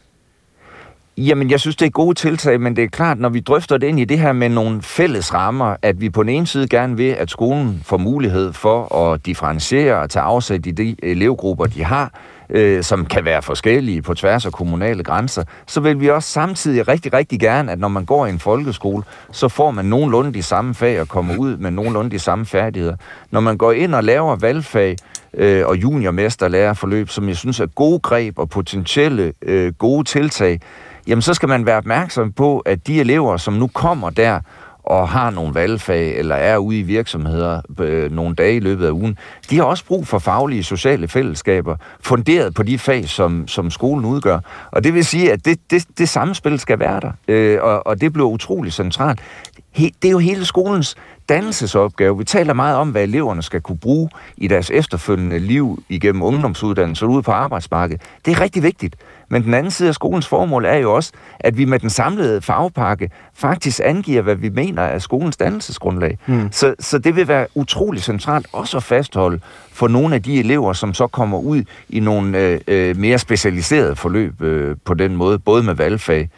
Jamen, jeg synes, det er gode tiltag, men det er klart, når vi drøfter det ind i det her med nogle fælles rammer, at vi på den ene side gerne vil, at skolen får mulighed for at differentiere og tage afsæt i de elevgrupper, de har, som kan være forskellige på tværs af kommunale grænser, så vil vi også samtidig rigtig, rigtig gerne, at når man går i en folkeskole, så får man nogenlunde de samme fag og kommer ud med nogenlunde de samme færdigheder. Når man går ind og laver valgfag og juniormesterlærerforløb, som jeg synes er gode greb og potentielle gode tiltag, jamen så skal man være opmærksom på, at de elever, som nu kommer der og har nogle valgfag eller er ude i virksomheder nogle dage i løbet af ugen, de har også brug for faglige sociale fællesskaber, funderet på de fag, som skolen udgør. Og det vil sige, at det samspil skal være der, og det bliver utroligt centralt. Det er jo hele skolens dannelsesopgave. Vi taler meget om, hvad eleverne skal kunne bruge i deres efterfølgende liv igennem ungdomsuddannelse og ude på arbejdsmarkedet. Det er rigtig vigtigt. Men den anden side af skolens formål er jo også, at vi med den samlede fagpakke faktisk angiver, hvad vi mener er skolens dannelsesgrundlag. Så det vil være utroligt centralt også at fastholde for nogle af de elever, som så kommer ud i nogle mere specialiserede forløb på den måde, både med valgfag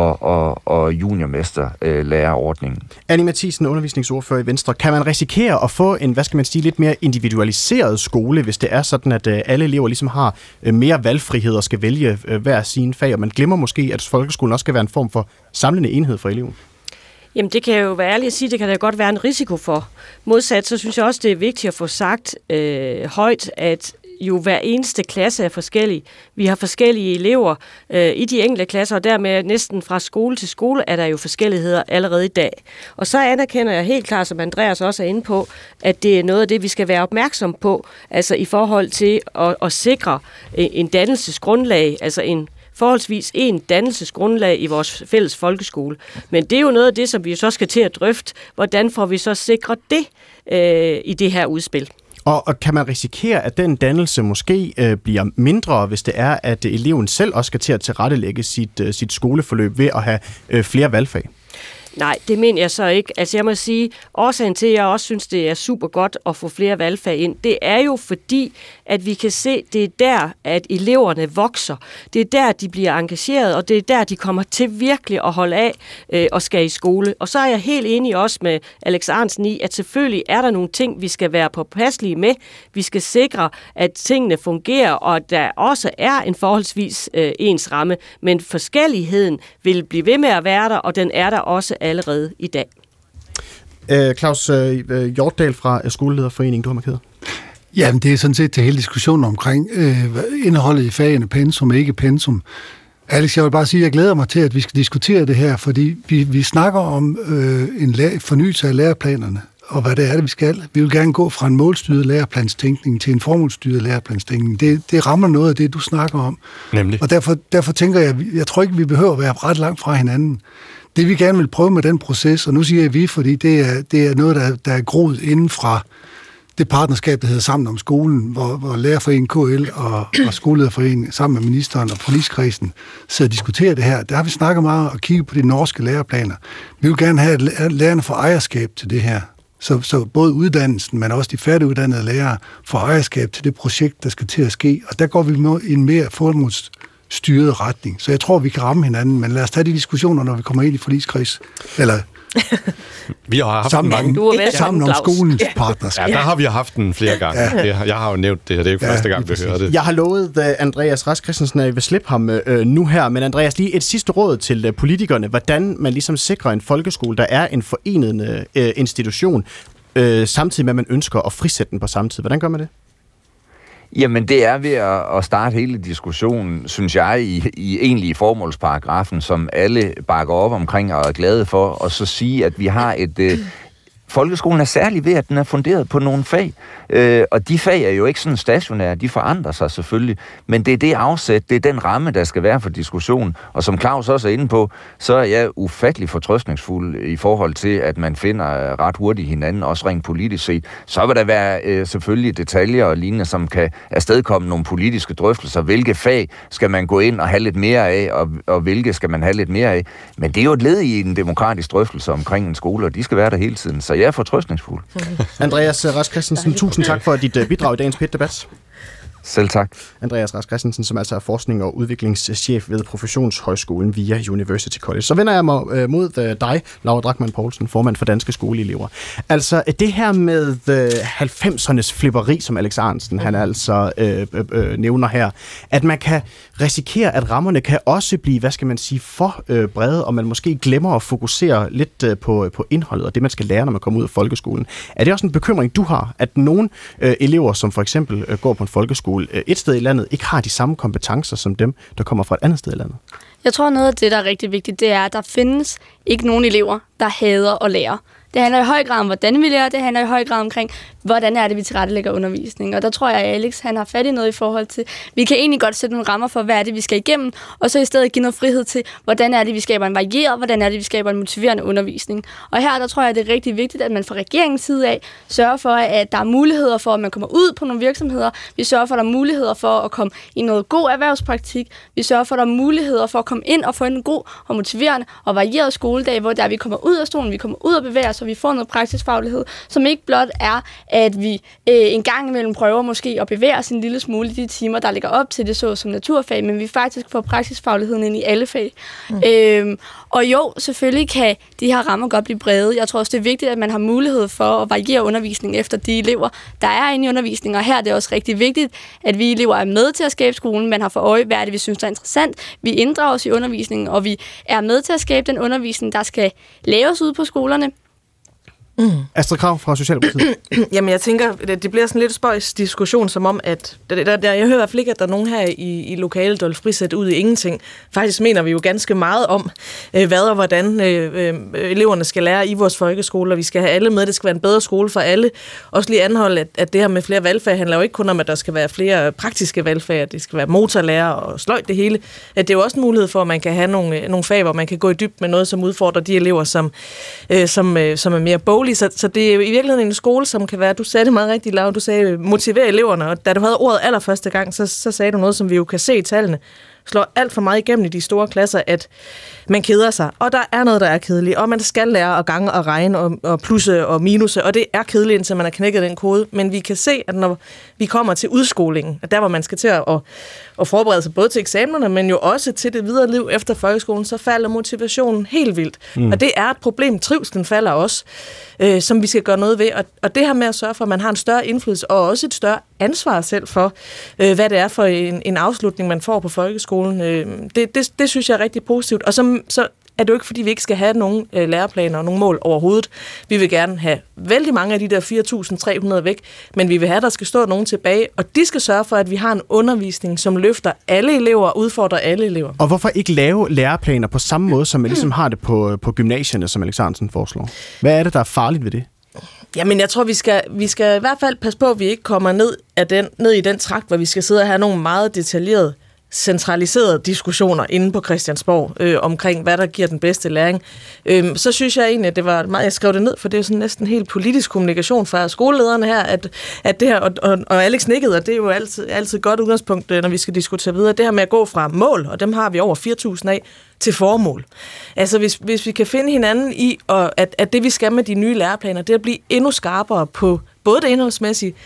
og juniormesterlærerordningen. Annie Matthiesen, undervisningsordfører i Venstre. Kan man risikere at få en, lidt mere individualiseret skole, hvis det er sådan, at alle elever ligesom har mere valgfrihed og skal vælge hver sin fag, og man glemmer måske, at folkeskolen også skal være en form for samlende enhed for eleven? Jamen, det kan jo være ærligt at sige, det kan der godt være en risiko for. Modsat, så synes jeg også, det er vigtigt at få sagt højt, at jo hver eneste klasse er forskellig. Vi har forskellige elever i de enkelte klasser, og dermed næsten fra skole til skole er der jo forskelligheder allerede i dag. Og så anerkender jeg helt klart, som Andreas også er inde på, at det er noget af det, vi skal være opmærksom på, altså i forhold til at sikre en dannelsesgrundlag, altså forholdsvis en dannelsesgrundlag i vores fælles folkeskole. Men det er jo noget af det, som vi så skal til at drøfte. Hvordan får vi så sikret det i det her udspil? Og kan man risikere, at den dannelse måske bliver mindre, hvis det er, at eleven selv også skal til at tilrettelægge sit skoleforløb ved at have flere valgfag? Nej, det mener jeg så ikke. Altså jeg må sige, årsagen til, at jeg også synes, det er super godt at få flere valgfag ind, det er jo fordi, at vi kan se, det er der, at eleverne vokser. Det er der, de bliver engageret, og det er der, de kommer til virkelig at holde af og skal i skole. Og så er jeg helt enig også med Alex Ahrendtsen i, at selvfølgelig er der nogle ting, vi skal være påpasselige med. Vi skal sikre, at tingene fungerer, og at der også er en forholdsvis ens ramme. Men forskelligheden vil blive ved med at være der, og den er der også allerede i dag. Claus Hjortdal fra Skolelederforeningen, du har markeret. Jamen, det er sådan set til hele diskussionen omkring indholdet i fagene, pensum og ikke pensum. Alex, jeg vil bare sige, at jeg glæder mig til, at vi skal diskutere det her, fordi vi snakker om en fornyelse af læreplanerne, og hvad det er, vi skal. Vi vil gerne gå fra en målstyret læreplanstænkning til en formålsstyret læreplanstænkning. Det rammer noget af det, du snakker om. Nemlig. Og derfor tænker jeg tror ikke, vi behøver at være ret langt fra hinanden. Det vi gerne vil prøve med den proces, og nu siger jeg vi, fordi det er noget, der er groet inden fra det partnerskab, der hedder Sammen om skolen, hvor Lærerforeningen KL og Skolelederforeningen sammen med ministeren og forligskredsen sidder og diskuterer det her. Der har vi snakket meget og kigget på de norske læreplaner. Vi vil gerne have, at lærerne får ejerskab til det her. Så både uddannelsen, men også de færdiguddannede lærere får ejerskab til det projekt, der skal til at ske. Og der går vi i en mere formålsstyret retning. Så jeg tror, vi kan ramme hinanden, men lad os tage de diskussioner, når vi kommer ind i forligskreds, eller Vi har haft sammen om skolens partnerskab. Ja, der har vi haft den flere gange. Ja. Jeg har jo nævnt det, og det er ikke første gang, vi hører det. Jeg har lovet Andreas Rask Christensen, at jeg vil slippe ham nu her, men Andreas, lige et sidste råd til politikerne, hvordan man ligesom sikrer en folkeskole, der er en forenende institution, samtidig med, at man ønsker at frisætte den på samme tid. Hvordan gør man det? Jamen, det er ved at starte hele diskussionen, synes jeg, i egentlig formålsparagrafen, som alle bakker op omkring og er glade for, og så sige, at vi har et... Folkeskolen er særlig ved, at den er funderet på nogle fag, og de fag er jo ikke sådan stationære, de forandrer sig selvfølgelig, men det er det afsæt, det er den ramme, der skal være for diskussion, og som Claus også er inde på, så er jeg ufattelig fortrøstningsfuld i forhold til, at man finder ret hurtigt hinanden, også rent politisk set. Så vil der være selvfølgelig detaljer og lignende, som kan afstedkomme nogle politiske drøftelser. Hvilke fag skal man gå ind og have lidt mere af, og hvilke skal man have lidt mere af? Men det er jo et led i en demokratisk drøftelse omkring en skole, og de skal være der hele tiden, så jeg er fortrøstningsfuld. Andreas Rask Christensen, tusind tak for dit bidrag i dagens P1-debat. Selv tak. Andreas Rask Christensen, som altså er forskning- og udviklingschef ved Professionshøjskolen via University College. Så vender jeg mig mod dig, Laura Drachmann Poulsen, formand for Danske Skoleelever. Altså det her med 90'ernes flipperi, som Alex Ahrendtsen han altså nævner her, at man kan risikere, at rammerne kan også blive, hvad skal man sige, for brede, og man måske glemmer at fokusere lidt på indholdet og det, man skal lære, når man kommer ud af folkeskolen. Er det også en bekymring, du har, at nogle elever, som for eksempel går på en folkeskole et sted i landet, ikke har de samme kompetencer som dem, der kommer fra et andet sted i landet? Jeg tror, noget af det, der er rigtig vigtigt, det er, at der findes ikke nogen elever, der hader at lære. Det handler i høj grad om, hvordan vi lærer, det handler i høj grad omkring, hvordan er det, vi tilrettelægger undervisning. Og der tror jeg, at Alex han har fat i noget i forhold til, vi kan egentlig godt sætte nogle rammer for, hvad er det, vi skal igennem, og så i stedet give noget frihed til, hvordan er det, vi skaber en varieret, hvordan er det, vi skaber en motiverende undervisning. Og her, der tror jeg, det er rigtig vigtigt, at man fra regeringens side af sørger for, at der er muligheder for, at man kommer ud på nogle virksomheder. Vi sørger for, at der er muligheder for at komme i noget god erhvervspraktik. Vi sørger for, at der er muligheder for at komme ind og få en god og motiverende og varieret skoledag, hvor der vi kommer ud af stolen, vi kommer ud og bevæger os, så vi får noget praktisk faglighed, som ikke blot er, at vi en gang imellem prøver måske at bevæge os en lille smule i de timer, der ligger op til det så som naturfag, men vi faktisk får praktisk fagligheden ind i alle fag. Og jo, selvfølgelig kan de her rammer godt blive brede. Jeg tror også, det er vigtigt, at man har mulighed for at variere undervisningen efter de elever, der er inde i undervisningen, og her er det også rigtig vigtigt, at vi elever er med til at skabe skolen, man har for øje, hvad er det, vi synes, der er interessant. Vi inddrager os i undervisningen, og vi er med til at skabe den undervisning, der skal laves ude på skolerne. Astrid Krag fra Socialdemokratiet. Jamen, jeg tænker, det bliver sådan lidt spøjs diskussion, som om, at jeg hører i hvert fald ikke, at der er nogen her i lokalet, der vil frisætte ud i ingenting. Faktisk mener vi jo ganske meget om, hvad og hvordan eleverne skal lære i vores folkeskoler. Vi skal have alle med, det skal være en bedre skole for alle. Også lige anholde, at det her med flere valgfag handler jo ikke kun om, at der skal være flere praktiske valgfag, at det skal være motorlærer og sløjt det hele. At det er jo også en mulighed for, at man kan have nogle fag, hvor man kan gå i dybden med noget, som udfordrer de elever, som er mere boglige. Så det er jo i virkeligheden en skole, som kan være, du sagde det meget rigtigt, Laura, du sagde motivere eleverne, og da du havde ordet allerførste gang, så sagde du noget, som vi jo kan se i tallene, slår alt for meget igennem i de store klasser, at man keder sig, og der er noget, der er kedeligt, og man skal lære at gange og regne og plusse og minuse, og det er kedeligt, indtil man har knækket den kode, men vi kan se, at når vi kommer til udskolingen, at der hvor man skal til at forberede sig både til eksamenerne, men jo også til det videre liv efter folkeskolen, så falder motivationen helt vildt. Og det er et problem, trivslen falder også, som vi skal gøre noget ved, og det her med at sørge for, at man har en større indflydelse, og også et større ansvar selv for, hvad det er for en afslutning, man får på folkeskolen, det synes jeg er rigtig positivt. Og så er det jo ikke, fordi vi ikke skal have nogen læreplaner og nogle mål overhovedet. Vi vil gerne have vældig mange af de der 4.300 væk, men vi vil have, at der skal stå nogen tilbage, og de skal sørge for, at vi har en undervisning, som løfter alle elever og udfordrer alle elever. Og hvorfor ikke lave læreplaner på samme måde, som man ligesom har det på gymnasierne, som Alex Ahrendtsen foreslår? Hvad er det, der er farligt ved det? Jamen, jeg tror, vi skal i hvert fald passe på, at vi ikke kommer ned i den trakt, hvor vi skal sidde og have nogle meget detaljerede, centraliserede diskussioner inde på Christiansborg omkring, hvad der giver den bedste læring. Så synes jeg egentlig, at det var meget, jeg skrev det ned, for det er jo sådan næsten helt politisk kommunikation fra skolelederne her, at det her, og Alex nikkede, og det er jo altid et godt udgangspunkt, når vi skal diskutere videre, det her med at gå fra mål, og dem har vi over 4.000 af, til formål. Altså hvis vi kan finde hinanden i, at det vi skal med de nye læreplaner, det er at blive endnu skarpere på både det indholdsmæssige,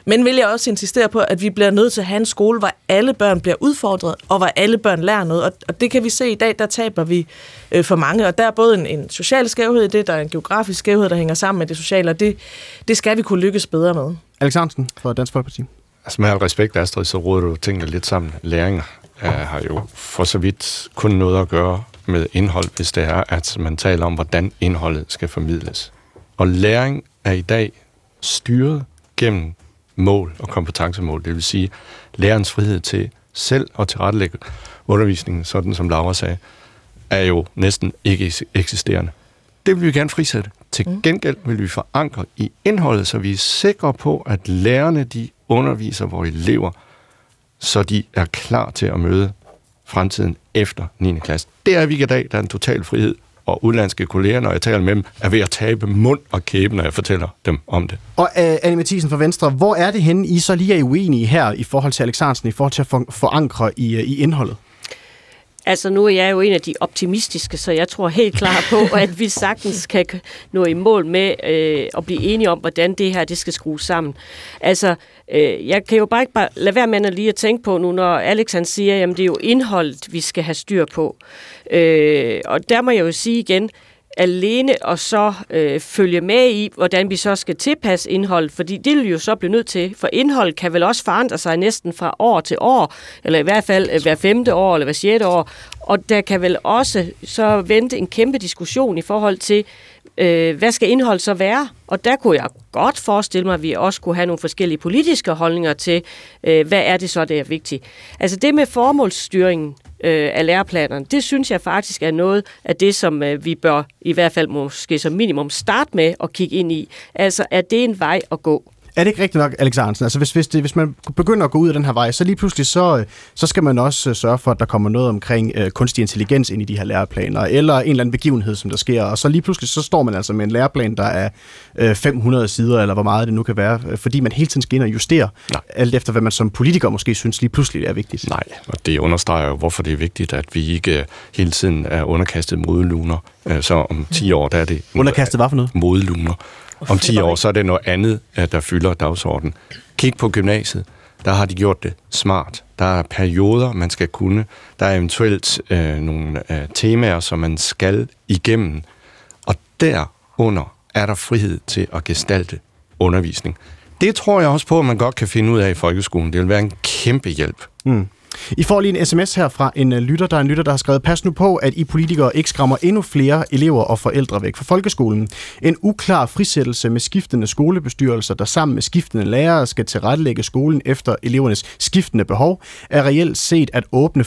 Men vil jeg også insistere på, at vi bliver nødt til at have en skole, hvor alle børn bliver udfordret, og hvor alle børn lærer noget. Og det kan vi se i dag, der taber vi for mange. Og der er både en social skævhed i det, der er en geografisk skævhed, der hænger sammen med det sociale, og det skal vi kunne lykkes bedre med. Alex Ahrendtsen fra Dansk Folkeparti. Altså med al respekt, Astrid, så råder du tingene lidt sammen. Læring har jo for så vidt kun noget at gøre med indhold, hvis det er, at man taler om, hvordan indholdet skal formidles. Og læring er i dag styret gennem mål og kompetencemål. Det vil sige, lærerens frihed til selv at tilrettelægge undervisningen, sådan som Laura sagde, er jo næsten ikke eksisterende. Det vil vi gerne frisætte. Til gengæld vil vi forankre i indholdet, så vi er sikre på, at lærerne de underviser vores elever, så de er klar til at møde fremtiden efter 9. klasse. Det er vi i dag, der er en total frihed, og udlandske kolleger, når jeg taler med dem, er ved at tabe mund og kæbe, når jeg fortæller dem om det. Og Anne Matthiesen fra Venstre, hvor er det henne, I så lige er uenige her i forhold til Alex Ahrendtsen, i forhold til at forankre i indholdet? Altså nu er jeg jo en af de optimistiske, så jeg tror helt klart på, at vi sagtens kan nå i mål med at blive enige om, hvordan det her det skal skrues sammen. Altså, jeg kan jo bare ikke lade være med at lige at tænke på nu, når Alex han siger, jamen det er jo indholdet, vi skal have styr på. Og der må jeg jo sige igen, alene og så følge med i, hvordan vi så skal tilpasse indholdet, fordi det vil jo så blive nødt til, for indholdet kan vel også forandre sig næsten fra år til år, eller i hvert fald hver 5. år, eller hver 6. år, og der kan vel også så vente en kæmpe diskussion i forhold til, hvad skal indholdet så være? Og der kunne jeg godt forestille mig, at vi også kunne have nogle forskellige politiske holdninger til, hvad er det så, der er vigtigt. Altså det med formålsstyringen af læreplanerne, det synes jeg faktisk er noget af det, som vi bør i hvert fald måske som minimum starte med at kigge ind i. Altså er det en vej at gå? Er det ikke rigtigt nok, Alex Ahrendtsen? Altså hvis man begynder at gå ud af den her vej, så lige pludselig så skal man også sørge for, at der kommer noget omkring kunstig intelligens ind i de her læreplaner, eller en eller anden begivenhed, som der sker, og så lige pludselig så står man altså med en læreplan, der er 500 sider, eller hvor meget det nu kan være, fordi man hele tiden skal ind og justere, alt efter hvad man som politiker måske synes lige pludselig er vigtigt. Nej, og det understreger jo, hvorfor det er vigtigt, at vi ikke hele tiden er underkastet modeluner. Så om 10 år, der er det... Underkastet hvad for noget? Modeluner. Om 10 år, så er det noget andet, der fylder dagsordenen. Kig på gymnasiet. Der har de gjort det smart. Der er perioder, man skal kunne. Der er eventuelt nogle temaer, som man skal igennem. Og derunder er der frihed til at gestalte undervisning. Det tror jeg også på, at man godt kan finde ud af i folkeskolen. Det vil være en kæmpe hjælp. I får lige en sms her fra en lytter. Der er en lytter, der har skrevet: pas nu på, at I politikere ikke skræmmer endnu flere elever og forældre væk fra folkeskolen. En uklar frisættelse med skiftende skolebestyrelser, der sammen med skiftende lærere skal tilrettelægge skolen efter elevernes skiftende behov, er reelt set at åbne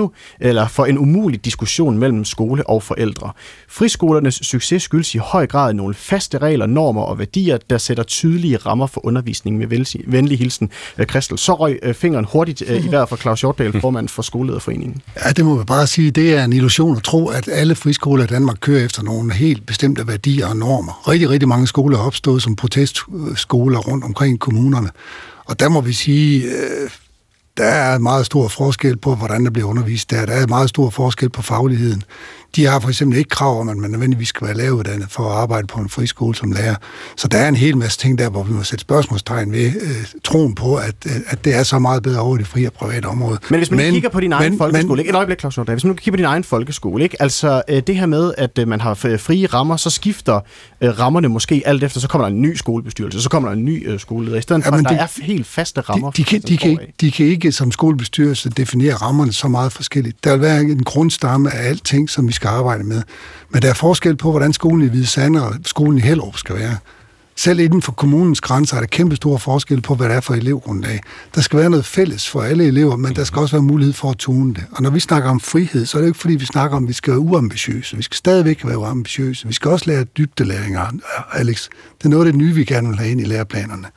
for en umulig diskussion mellem skole og forældre. Friskolernes succes skyldes i høj grad nogle faste regler, normer og værdier, der sætter tydelige rammer for undervisning med venlig hilsen. Christel, så røg fingeren hurtigt i vejret fra Claus Hjortdal, formand for Skolelederforeningen. Ja, det må man bare sige. Det er en illusion at tro, at alle friskoler i Danmark kører efter nogle helt bestemte værdier og normer. Rigtig, rigtig mange skoler er opstået som protestskoler rundt omkring kommunerne. Og der må vi sige, der er meget stor forskel på, hvordan der bliver undervist. Der er meget stor forskel på fagligheden. De har for eksempel ikke krav om, at man nødvendigvis skal være læreruddannet for at arbejde på en friskole som lærer. Så der er en hel masse ting der, hvor vi må sætte spørgsmålstegn ved troen på, at det er så meget bedre over det frie og private område. Men hvis man kigger på din egen folkeskole, ikke? Et øjeblik, Claus Hjortdal. Hvis man kigger på din egen folkeskole, ikke? Altså det her med, at man har frie rammer, så skifter rammerne måske alt efter, så kommer der en ny skolebestyrelse, så kommer der en ny skoleleder. I stedet for, at der er helt faste rammer. De kan ikke som skolebestyrelse definere rammerne så meget forskelligt. Der vil være en grundstamme af alting, som vi skal arbejde med. Men der er forskel på, hvordan skolen i Hvide Sande og skolen i Hellerup skal være. Selv inden for kommunens grænser er der kæmpe store forskel på, hvad det er for elevgrundlag. Der skal være noget fælles for alle elever, men der skal også være mulighed for at tune det. Og når vi snakker om frihed, så er det ikke fordi, vi snakker om, at vi skal være uambitiøse. Vi skal stadigvæk være uambitiøse. Vi skal også lære dybdelæringer, Alex. Det er noget af det nye, vi gerne vil have ind i læreplanerne.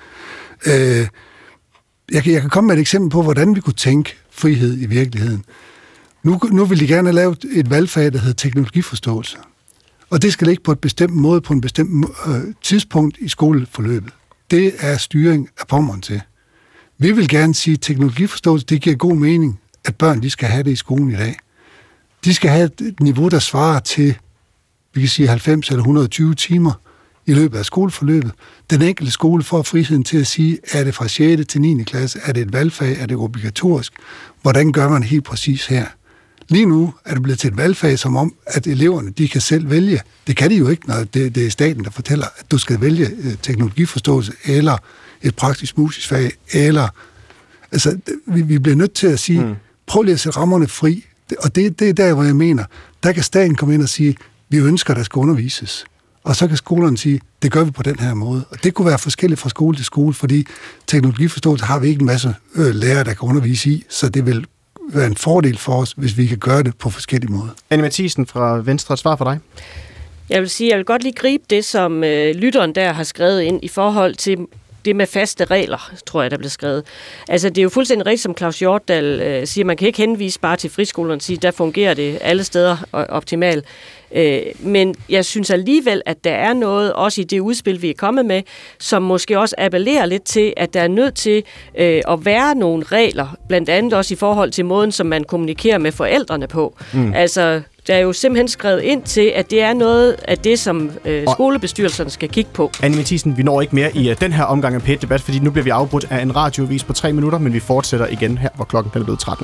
Jeg kan komme med et eksempel på, hvordan vi kunne tænke frihed i virkeligheden. Nu vil de gerne have lavet et valgfag, der hedder teknologiforståelse. Og det skal ligge på et bestemt måde, på en bestemt tidspunkt i skoleforløbet. Det er styring af Pommern til. Vi vil gerne sige, at teknologiforståelse, det giver god mening, at børn de skal have det i skolen i dag. De skal have et niveau, der svarer til, vi kan sige 90 eller 120 timer i løbet af skoleforløbet. Den enkelte skole får friheden til at sige, er det fra 6. til 9. klasse, er det et valgfag, er det obligatorisk? Hvordan gør man helt præcis her? Lige nu er det blevet til et valgfag, som om, at eleverne de kan selv vælge. Det kan de jo ikke, når det er staten, der fortæller, at du skal vælge teknologiforståelse, eller et praktisk musisk fag, eller... Altså, vi bliver nødt til at sige, prøv lige at sætte rammerne fri. Og det er der, hvor jeg mener, der kan staten komme ind og sige, vi ønsker, der skal undervises. Og så kan skolerne sige, det gør vi på den her måde. Og det kunne være forskelligt fra skole til skole, fordi teknologiforståelse har vi ikke en masse lærere, der kan undervise i, så det vil være en fordel for os, hvis vi kan gøre det på forskellige måder. Anne Matthiesen fra Venstre, et svar for dig? Jeg vil godt lige gribe det, som lytteren der har skrevet ind i forhold til det med faste regler, tror jeg, der blev skrevet. Altså, det er jo fuldstændig rigtigt, som Claus Hjortdal siger, man kan ikke henvise bare til friskolerne og sige, der fungerer det alle steder optimalt. Men jeg synes alligevel, at der er noget, også i det udspil, vi er kommet med, som måske også appellerer lidt til, at der er nødt til at være nogle regler, blandt andet også i forhold til måden, som man kommunikerer med forældrene på. Altså, der er jo simpelthen skrevet ind til, at det er noget af det, som skolebestyrelserne skal kigge på. Anne Matthiesen, vi når ikke mere i den her omgang af P1-debat, fordi nu bliver vi afbrudt af en radiovis på 3 minutter, men vi fortsætter igen her, hvor klokken er blevet 13.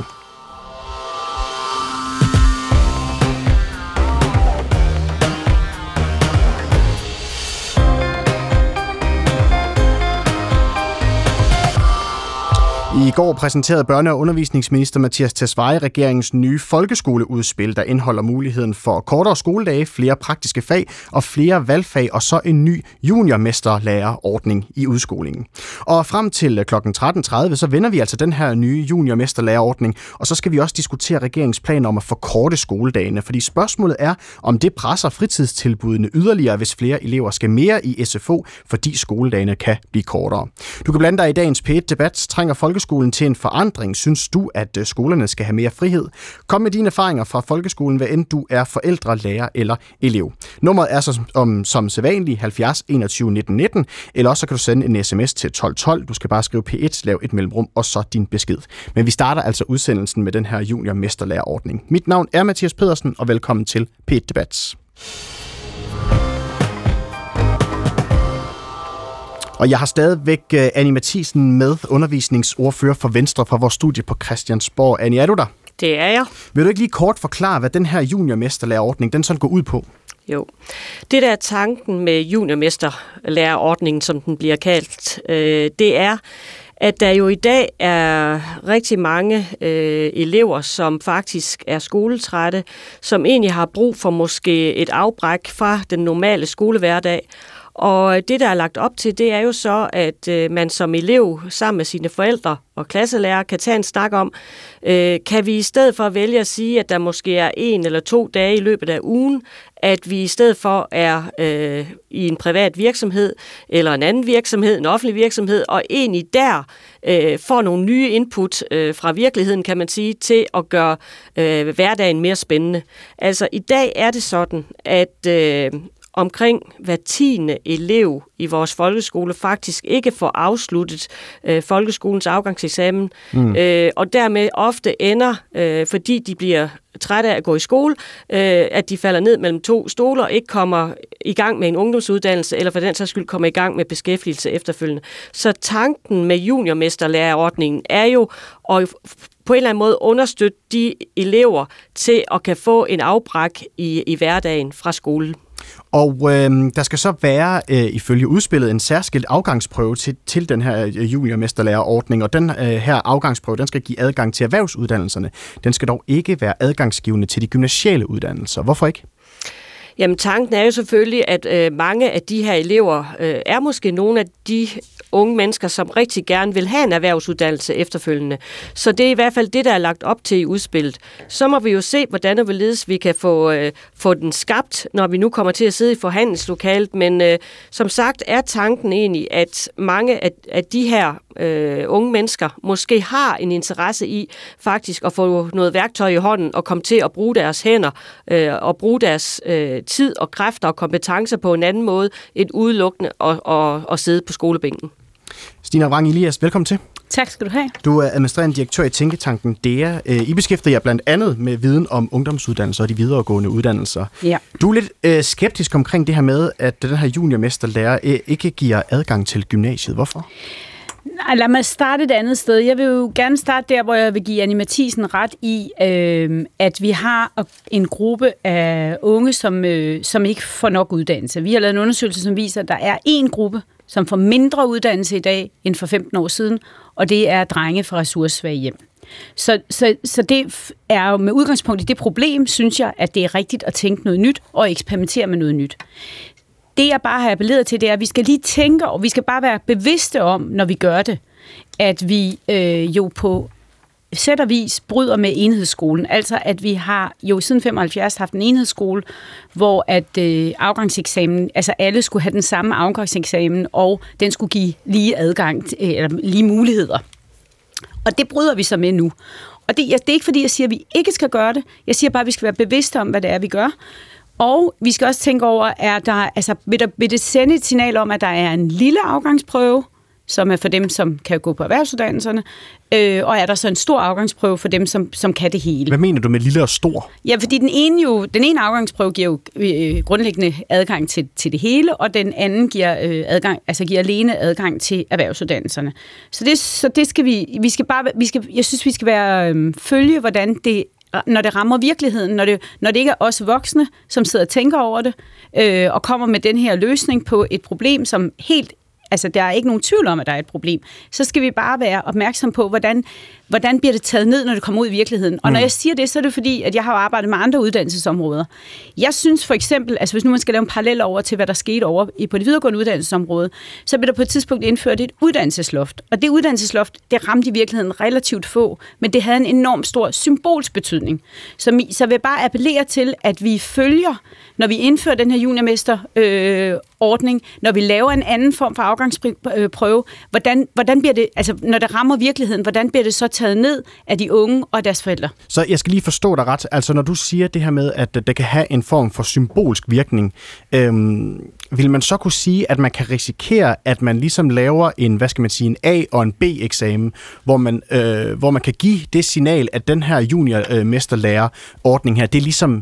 I går præsenterede børne- og undervisningsminister Mattias Tesfaye regeringens nye folkeskoleudspil, der indeholder muligheden for kortere skoledage, flere praktiske fag og flere valgfag, og så en ny juniormesterlærerordning i udskolingen. Og frem til kl. 13.30, så vender vi altså den her nye juniormesterlærerordning, og så skal vi også diskutere regeringens planer om at forkorte skoledagene, fordi spørgsmålet er, om det presser fritidstilbudene yderligere, hvis flere elever skal mere i SFO, fordi skoledagene kan blive kortere. Du kan blande dig i dagens P1-debat. Trænger folkeskolen til en forandring? Synes du, at skolerne skal have mere frihed? Kom med dine erfaringer fra folkeskolen, hvad end du er forældre, lærer eller elev. Nummeret er som sædvanligt 70 21 19 19, eller også så kan du sende en sms til 1212. Du skal bare skrive P1, lav et mellemrum og så din besked. Men vi starter altså udsendelsen med den her juniormesterlærerordning. Mit navn er Mathias Pedersen, og velkommen til P1-debat. Og jeg har stadigvæk Anne Matthiesen med, undervisningsordfører for Venstre fra vores studie på Christiansborg. Anne, er du der? Det er jeg. Vil du ikke lige kort forklare, hvad den her juniormesterlærerordning, den sådan går ud på? Jo. Det der er tanken med juniormesterlærerordningen, som den bliver kaldt, det er, at der jo i dag er rigtig mange elever, som faktisk er skoletrætte, som egentlig har brug for måske et afbræk fra den normale skolehverdag. Og det, der er lagt op til, det er jo så, at man som elev sammen med sine forældre og klasselærer kan tage en snak om, kan vi i stedet for at vælge at sige, at der måske er 1 eller 2 dage i løbet af ugen, at vi i stedet for er i en privat virksomhed, eller en anden virksomhed, en offentlig virksomhed, og egentlig der får nogle nye input fra virkeligheden, kan man sige, til at gøre hverdagen mere spændende. Altså i dag er det sådan, at omkring hver 10. elev i vores folkeskole faktisk ikke får afsluttet folkeskolens afgangseksamen, og dermed ofte ender, fordi de bliver trætte af at gå i skole, at de falder ned mellem 2 stoler og ikke kommer i gang med en ungdomsuddannelse, eller for den sags skyld kommer i gang med beskæftigelse efterfølgende. Så tanken med juniormesterlærerordningen er jo at på en eller anden måde understøtte de elever til at kan få en afbræk i hverdagen fra skolen. Og der skal så være, ifølge udspillet, en særskilt afgangsprøve til den her juniormesterlærerordning, og den her afgangsprøve, den skal give adgang til erhvervsuddannelserne. Den skal dog ikke være adgangsgivende til de gymnasiale uddannelser. Hvorfor ikke? Jamen, tanken er jo selvfølgelig, at mange af de her elever er måske nogle af de unge mennesker, som rigtig gerne vil have en erhvervsuddannelse efterfølgende. Så det er i hvert fald det, der er lagt op til i udspillet. Så må vi jo se, hvordan og hvorledes vi kan få den skabt, når vi nu kommer til at sidde i forhandlingslokalet. Men som sagt er tanken egentlig, at mange af de her unge mennesker måske har en interesse i faktisk at få noget værktøj i hånden og komme til at bruge deres hænder og bruge deres tid og kræfter og kompetencer på en anden måde end udelukkende at sidde på skolebænken. Stina Vrang Elias, velkommen til. Tak skal du have. Du er administrerende direktør i Tænketanken DEA. I beskæftiger jer blandt andet med viden om ungdomsuddannelser og de videregående uddannelser. Ja. Du er lidt skeptisk omkring det her med, at den her juniormesterlærer ikke giver adgang til gymnasiet. Hvorfor? Nej, lad mig starte et andet sted. Jeg vil jo gerne starte der, hvor jeg vil give Annie Matthiesen ret i, at vi har en gruppe af unge, som ikke får nok uddannelse. Vi har lavet en undersøgelse, som viser, at der er en gruppe, som får mindre uddannelse i dag end for 15 år siden, og det er drenge fra ressourcesvage hjem. Så det er jo med udgangspunkt i det problem, synes jeg, at det er rigtigt at tænke noget nyt og eksperimentere med noget nyt. Det, jeg bare har appelleret til, det er, at vi skal lige tænke, og vi skal bare være bevidste om, når vi gør det, at vi jo på sæt og vis bryder med enhedsskolen. Altså, at vi har jo siden 75 haft en enhedsskole, hvor at afgangseksamen, altså alle skulle have den samme afgangseksamen, og den skulle give lige adgang, eller lige muligheder. Og det bryder vi så med nu. Og det er ikke fordi, jeg siger, at vi ikke skal gøre det. Jeg siger bare, at vi skal være bevidste om, hvad det er, vi gør. Og vi skal også tænke over, vil det sende et signal om, at der er en lille afgangsprøve, som er for dem, som kan gå på erhvervsuddannelserne, og er der så en stor afgangsprøve for dem, som kan det hele. Hvad mener du med lille og stor? Ja, fordi den ene afgangsprøve giver jo grundlæggende adgang til det hele, og den anden giver alene adgang til erhvervsuddannelserne. Så det skal jeg synes, vi skal være følge, hvordan det, når det rammer virkeligheden, når det ikke er os voksne, som sidder og tænker over det, og kommer med den her løsning på et problem, som der er ikke nogen tvivl om, at der er et problem. Så skal vi bare være opmærksom på, hvordan bliver det taget ned, når det kommer ud i virkeligheden. Og når jeg siger det, så er det fordi, at jeg har arbejdet med andre uddannelsesområder. Jeg synes for eksempel, hvis nu man skal lave en parallel over til, hvad der skete over på det videregående uddannelsesområde, så blev der på et tidspunkt indført et uddannelsesloft. Og det uddannelsesloft, det ramte i virkeligheden relativt få, men det havde en enormt stor symbolsk betydning. Så vil jeg bare appellere til, at vi følger, når vi indfører den her juniormesterordning, når vi laver en anden form for afgangsprøve, hvordan bliver det, når det rammer virkeligheden, hvordan bliver det så taget ned af de unge og deres forældre? Så jeg skal lige forstå dig ret. Altså når du siger det her med, at det kan have en form for symbolsk virkning, vil man så kunne sige, at man kan risikere, at man ligesom laver en en A- og en B-eksamen, hvor man kan give det signal, at den her juniormesterlærerordning her, det er ligesom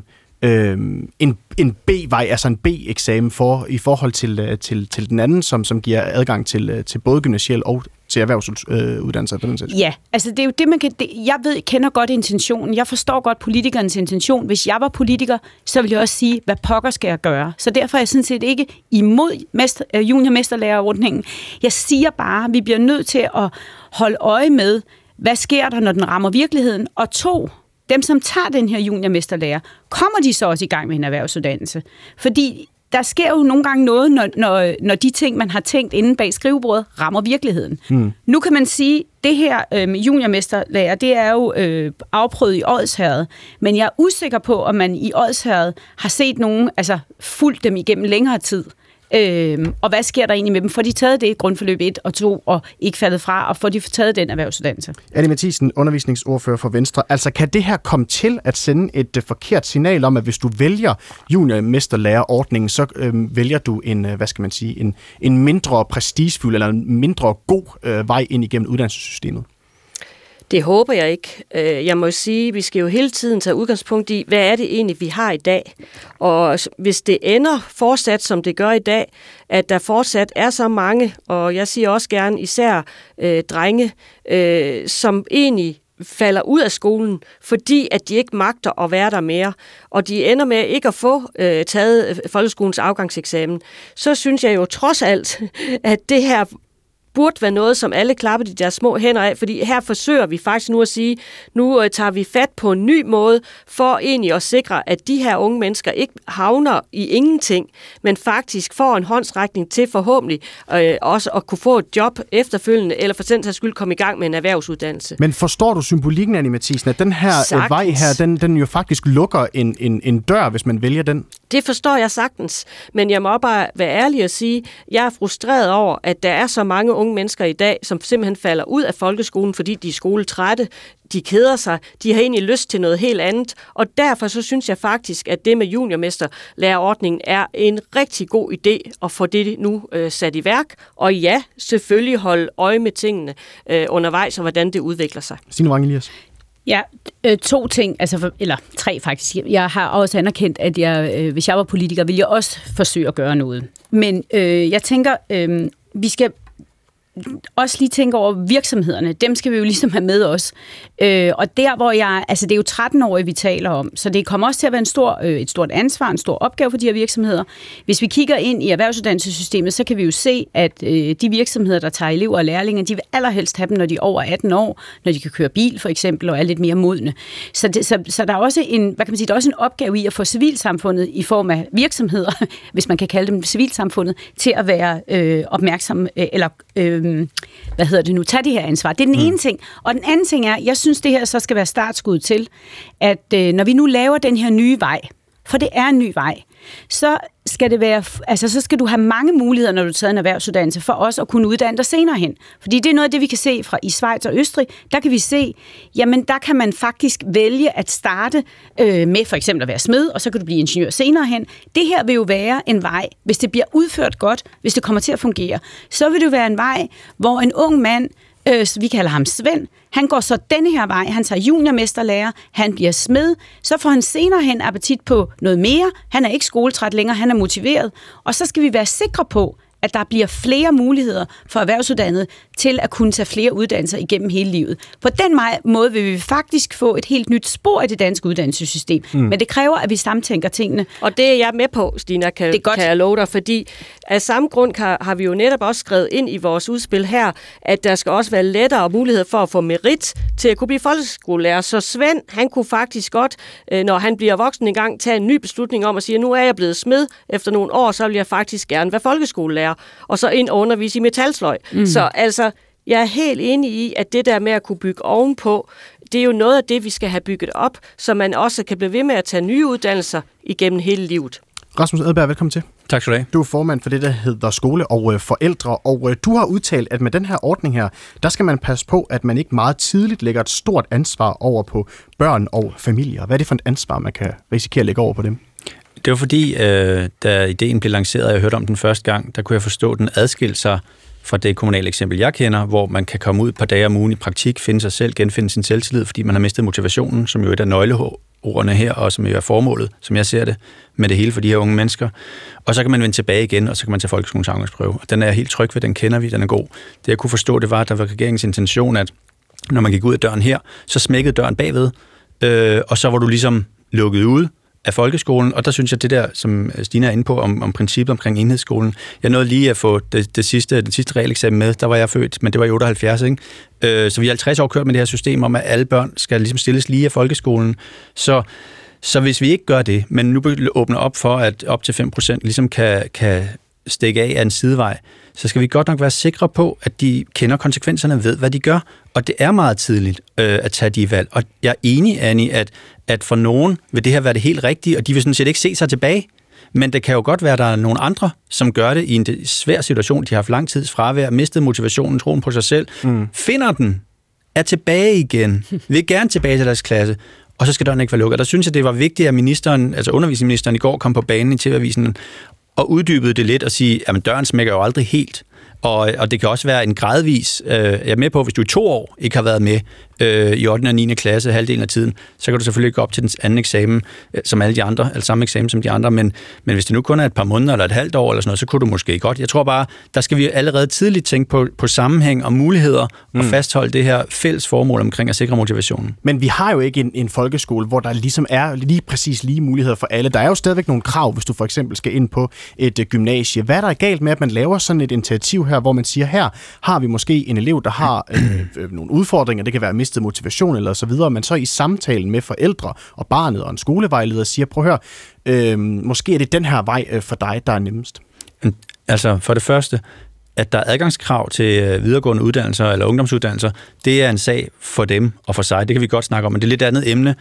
en B-vej, altså en B-eksamen i forhold til den anden, som giver adgang til både gymnasiel og til erhvervsuddannelser. Ja, altså det er jo det, man kan... kender godt intentionen. Jeg forstår godt politikernes intention. Hvis jeg var politiker, så ville jeg også sige, hvad pokker skal jeg gøre? Så derfor er jeg sådan set ikke imod juniormesterlærerordningen. Jeg siger bare, at vi bliver nødt til at holde øje med, hvad sker der, når den rammer virkeligheden? Og 2, dem, som tager den her juniormesterlærer, kommer de så også i gang med en erhvervsuddannelse? Fordi der sker jo nogle gange noget, når de ting, man har tænkt inde bag skrivebordet, rammer virkeligheden. Nu kan man sige, at det her med juniormesterlærer, det er jo afprøvet i Odsherred, men jeg er usikker på, om man i Odsherred har set nogen, fulgt dem igennem længere tid. Og hvad sker der egentlig med dem? Får de taget det grundforløb 1 og 2 og ikke faldet fra, og får de taget den erhvervsuddannelse? Annie Matthiesen, undervisningsordfører for Venstre. Altså kan det her komme til at sende et forkert signal om, at hvis du vælger juniormesterlærerordningen, så vælger du en mindre prestigefuld eller en mindre god vej ind igennem uddannelsessystemet? Det håber jeg ikke. Jeg må sige, at vi skal jo hele tiden tage udgangspunkt i, hvad er det egentlig, vi har i dag? Og hvis det ender fortsat, som det gør i dag, at der fortsat er så mange, og jeg siger også gerne især drenge, som egentlig falder ud af skolen, fordi at de ikke magter at være der mere, og de ender med ikke at få taget folkeskolens afgangseksamen, så synes jeg jo trods alt, at det her burde være noget, som alle klapper de deres små hænder af, fordi her forsøger vi faktisk nu at sige, nu tager vi fat på en ny måde, for egentlig at sikre, at de her unge mennesker ikke havner i ingenting, men faktisk får en håndsrækning til forhåbentlig også at kunne få et job efterfølgende, eller for den sags skyld komme i gang med en erhvervsuddannelse. Men forstår du symbolikken, Annie Matthiesen, at den her vej her, den jo faktisk lukker en dør, hvis man vælger den? Det forstår jeg sagtens, men jeg må bare være ærlig og sige, at jeg er frustreret over, at der er så mange unge unge mennesker i dag, som simpelthen falder ud af folkeskolen, fordi de er skoletrætte, de keder sig, de har egentlig lyst til noget helt andet, og derfor så synes jeg faktisk, at det med juniormesterlærerordningen er en rigtig god idé at få det nu sat i værk, og ja, selvfølgelig holde øje med tingene undervejs, og hvordan det udvikler sig. Stine Wang Elias. Ja, 2 ting, eller 3 faktisk. Jeg har også anerkendt, at hvis jeg var politiker, ville jeg også forsøge at gøre noget. Men jeg tænker, vi skal også lige tænke over virksomhederne. Dem skal vi jo ligesom have med os. Og der, hvor det er jo 13-årige, vi taler om, så det kommer også til at være et stort ansvar, en stor opgave for de her virksomheder. Hvis vi kigger ind i erhvervsuddannelsessystemet, så kan vi jo se, at de virksomheder, der tager elever og lærlinge, de vil allerhelst have dem, når de er over 18 år, når de kan køre bil for eksempel, og er lidt mere modne. Så der er også der er også en opgave i at få civilsamfundet i form af virksomheder, hvis man kan kalde dem civilsamfundet, til at være opmærksomme, eller tage det her ansvar. Det er den ene ting. Og den anden ting er, jeg synes, det her så skal være startskud til, at når vi nu laver den her nye vej, for det er en ny vej, så skal det være, så skal du have mange muligheder, når du tager en erhvervsuddannelse, for os at kunne uddanne dig senere hen. Fordi det er noget af det, vi kan se i Schweiz og Østrig. Der kan vi se, jamen der kan man faktisk vælge at starte med for eksempel at være smed, og så kan du blive ingeniør senere hen. Det her vil jo være en vej, hvis det bliver udført godt, hvis det kommer til at fungere, så vil det være en vej, hvor en ung mand, vi kalder ham Svend, han går så denne her vej, han tager juniormesterlærer, han bliver smed, så får han senere hen appetit på noget mere, han er ikke skoletræt længere, han er motiveret, og så skal vi være sikre på, at der bliver flere muligheder for erhvervsuddannede til at kunne tage flere uddannelser igennem hele livet. På den måde vil vi faktisk få et helt nyt spor i det danske uddannelsessystem. Men det kræver, at vi samtænker tingene. Og det er jeg med på, Stina, kan jeg love dig, fordi af samme grund har vi jo netop også skrevet ind i vores udspil her, at der skal også være lettere mulighed for at få merit til at kunne blive folkeskolelærer. Så Svend, han kunne faktisk godt, når han bliver voksen engang, tage en ny beslutning om at sige, at nu er jeg blevet smed efter nogle år, så vil jeg faktisk gerne være folkeskolelærer, og så ind og undervise i metalsløjd. Så altså, jeg er helt enig i, at det der med at kunne bygge ovenpå, det er jo noget af det, vi skal have bygget op, så man også kan blive ved med at tage nye uddannelser igennem hele livet. Rasmus Edberg, velkommen til. Tak skal du have. Du er formand for det, der hedder Skole og Forældre, og du har udtalt, at med den her ordning her, der skal man passe på, at man ikke meget tidligt lægger et stort ansvar over på børn og familier. Hvad er det for et ansvar, man kan risikere at lægge over på dem? Det var fordi, da ideen blev lanceret, og jeg hørte om den første gang, der kunne jeg forstå, at den adskilte sig fra det kommunale eksempel, jeg kender, hvor man kan komme ud et par dage om ugen i praktik, finde sig selv, genfinde sin selvtillid, fordi man har mistet motivationen, som jo er et af nøgleordene her, og som jo er formålet, som jeg ser det, med det hele for de her unge mennesker. Og så kan man vende tilbage igen, og så kan man tage folkeskolens afgangsprøve. Den er jeg helt tryg ved, den kender vi, den er god. Det jeg kunne forstå, det var, at der var regeringens intention, at når man gik ud af døren her, så smækkede døren bagved, og så var du ligesom lukket ude af folkeskolen, og der synes jeg, det der, som Stina er inde på, om princippet omkring enhedsskolen, jeg nåede lige at få den sidste realeksamen med, der var jeg født, men det var i 78, ikke? Så vi har 50 år kørt med det her system om, at alle børn skal ligesom stilles lige af folkeskolen. Så hvis vi ikke gør det, men nu åbner op for, at op til 5% ligesom kan stikke af en sidevej, så skal vi godt nok være sikre på, at de kender konsekvenserne, ved hvad de gør, og det er meget tidligt at tage de valg. Og jeg er enig, Annie, at for nogen vil det her være det helt rigtige, og de vil sådan set ikke se sig tilbage. Men det kan jo godt være, at der er nogle andre, som gør det i en svær situation. De har haft lang tids fravær, mistet motivationen, troen på sig selv, finder den, er tilbage igen, vil gerne tilbage til deres klasse, og så skal døren ikke være lukket. Der synes jeg, det var vigtigt, at ministeren, altså undervisningsministeren i går kom på banen i TV-avisen og uddybede det lidt og sige, at døren smækker jo aldrig helt. Og det kan også være en gradvis, jeg er med på, hvis du i 2 år ikke har været med i 8. og 9. klasse halvdelen af tiden, så kan du selvfølgelig gå op til den anden eksamen, som alle de andre, eller samme eksamen som de andre, men hvis det nu kun er et par måneder eller et halvt år eller sådan noget, så kunne du måske godt. Jeg tror bare, der skal vi allerede tidligt tænke på sammenhæng og muligheder og fastholde det her fælles formål omkring at sikre motivationen. Men vi har jo ikke en folkeskole, hvor der ligesom er lige præcis lige muligheder for alle. Der er jo stadigvæk nogle krav, hvis du for eksempel skal ind på et gymnasie. Hvad er der galt med, at man laver sådan et initiativ her, hvor man siger, her har vi måske en elev, der har nogle udfordringer, det kan være mistet motivation eller så videre, men så i samtalen med forældre og barnet og en skolevejleder siger, prøv at høre, måske er det den her vej for dig, der er nemmest. Altså for det første, at der er adgangskrav til videregående uddannelser eller ungdomsuddannelser, det er en sag for dem og for sig. Det kan vi godt snakke om, men det er lidt andet emne.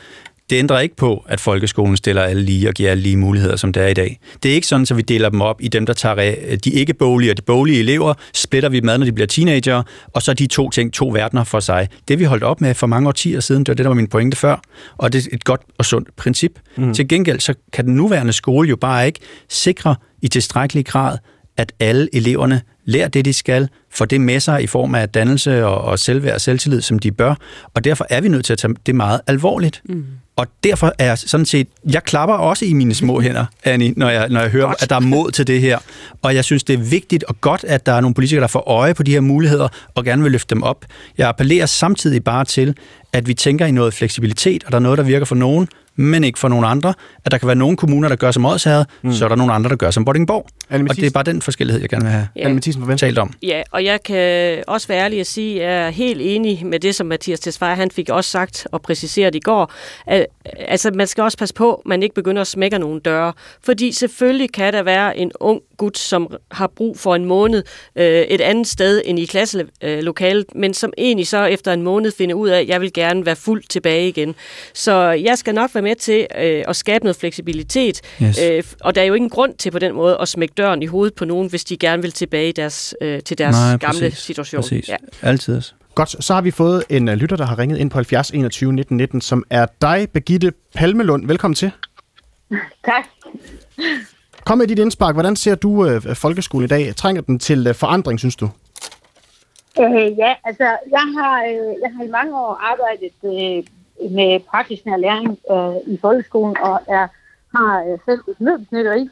Det ændrer ikke på, at folkeskolen stiller alle lige og giver alle lige muligheder, som det er i dag. Det er ikke sådan, at vi deler dem op i dem, der tager de ikke-boglige og de boglige elever, splitter vi dem ad, når de bliver teenagere, og så de to verdener for sig. Det vi holdt op med for mange årtier siden, det var det, der var min pointe før, og det er et godt og sundt princip. Til gengæld, så kan den nuværende skole jo bare ikke sikre i tilstrækkelig grad, at alle eleverne lærer det, de skal, får det med sig i form af dannelse og selvværd og selvtillid, som de bør, og derfor er vi nødt til at tage det meget alvorligt. Og derfor er jeg sådan set, jeg klapper også i mine små hænder, Annie, når jeg hører, at der er mod til det her. Og jeg synes, det er vigtigt og godt, at der er nogle politikere, der får øje på de her muligheder og gerne vil løfte dem op. Jeg appellerer samtidig bare til, at vi tænker i noget fleksibilitet, og der er noget, der virker for nogen, men ikke for nogen andre. At der kan være nogle kommuner, der gør som Odsherred, så er der nogle andre, der gør som Vordingborg. Og det er bare den forskellighed, jeg gerne vil have Anne Matthiesen talt om. Ja, og jeg kan også være ærlig at sige, at jeg er helt enig med det, som Mathias Tesfaye, han fik også sagt og præciseret i går. Altså, man skal også passe på, at man ikke begynder at smække nogle døre. Fordi selvfølgelig kan der være en ung gut, som har brug for en måned et andet sted end i klasselokalet, men som egentlig så efter en måned finder ud af, at jeg vil gerne være fuldt tilbage igen. Så jeg skal nok være med til at skabe noget fleksibilitet, og der er jo ingen grund til på den måde at smække døren i hovedet på nogen, hvis de gerne vil tilbage til deres gamle situation. Præcis. Ja. Altid. Godt, så har vi fået en lytter, der har ringet ind på 70 21 19 19, som er dig, Birgitte Palmelund. Velkommen til. Tak. Kom med dit indspark. Hvordan ser du folkeskolen i dag? Trænger den til forandring, synes du? Ja, altså, jeg har i mange år arbejdet med praksisnær læring i folkeskolen, og har selv et møbelsnederi.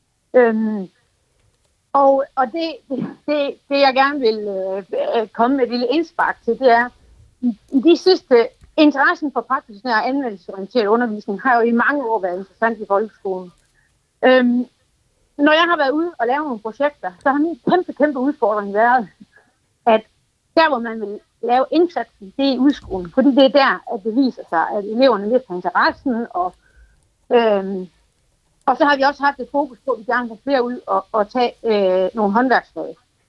Og det jeg gerne vil komme med et lille indspark til, det er, i de sidste, interessen for praksisnær og anvendelsesorienteret undervisning har jo i mange år været interessant i folkeskolen. Når jeg har været ude og lave nogle projekter, så har min kæmpe udfordring været, at der, hvor man vil lave indsatsen, det er i udskolen. Fordi det er der, at det viser sig, at eleverne mister interessen. Og så har vi også haft et fokus på, at vi gerne vil have flere ud og tage nogle håndværksfag.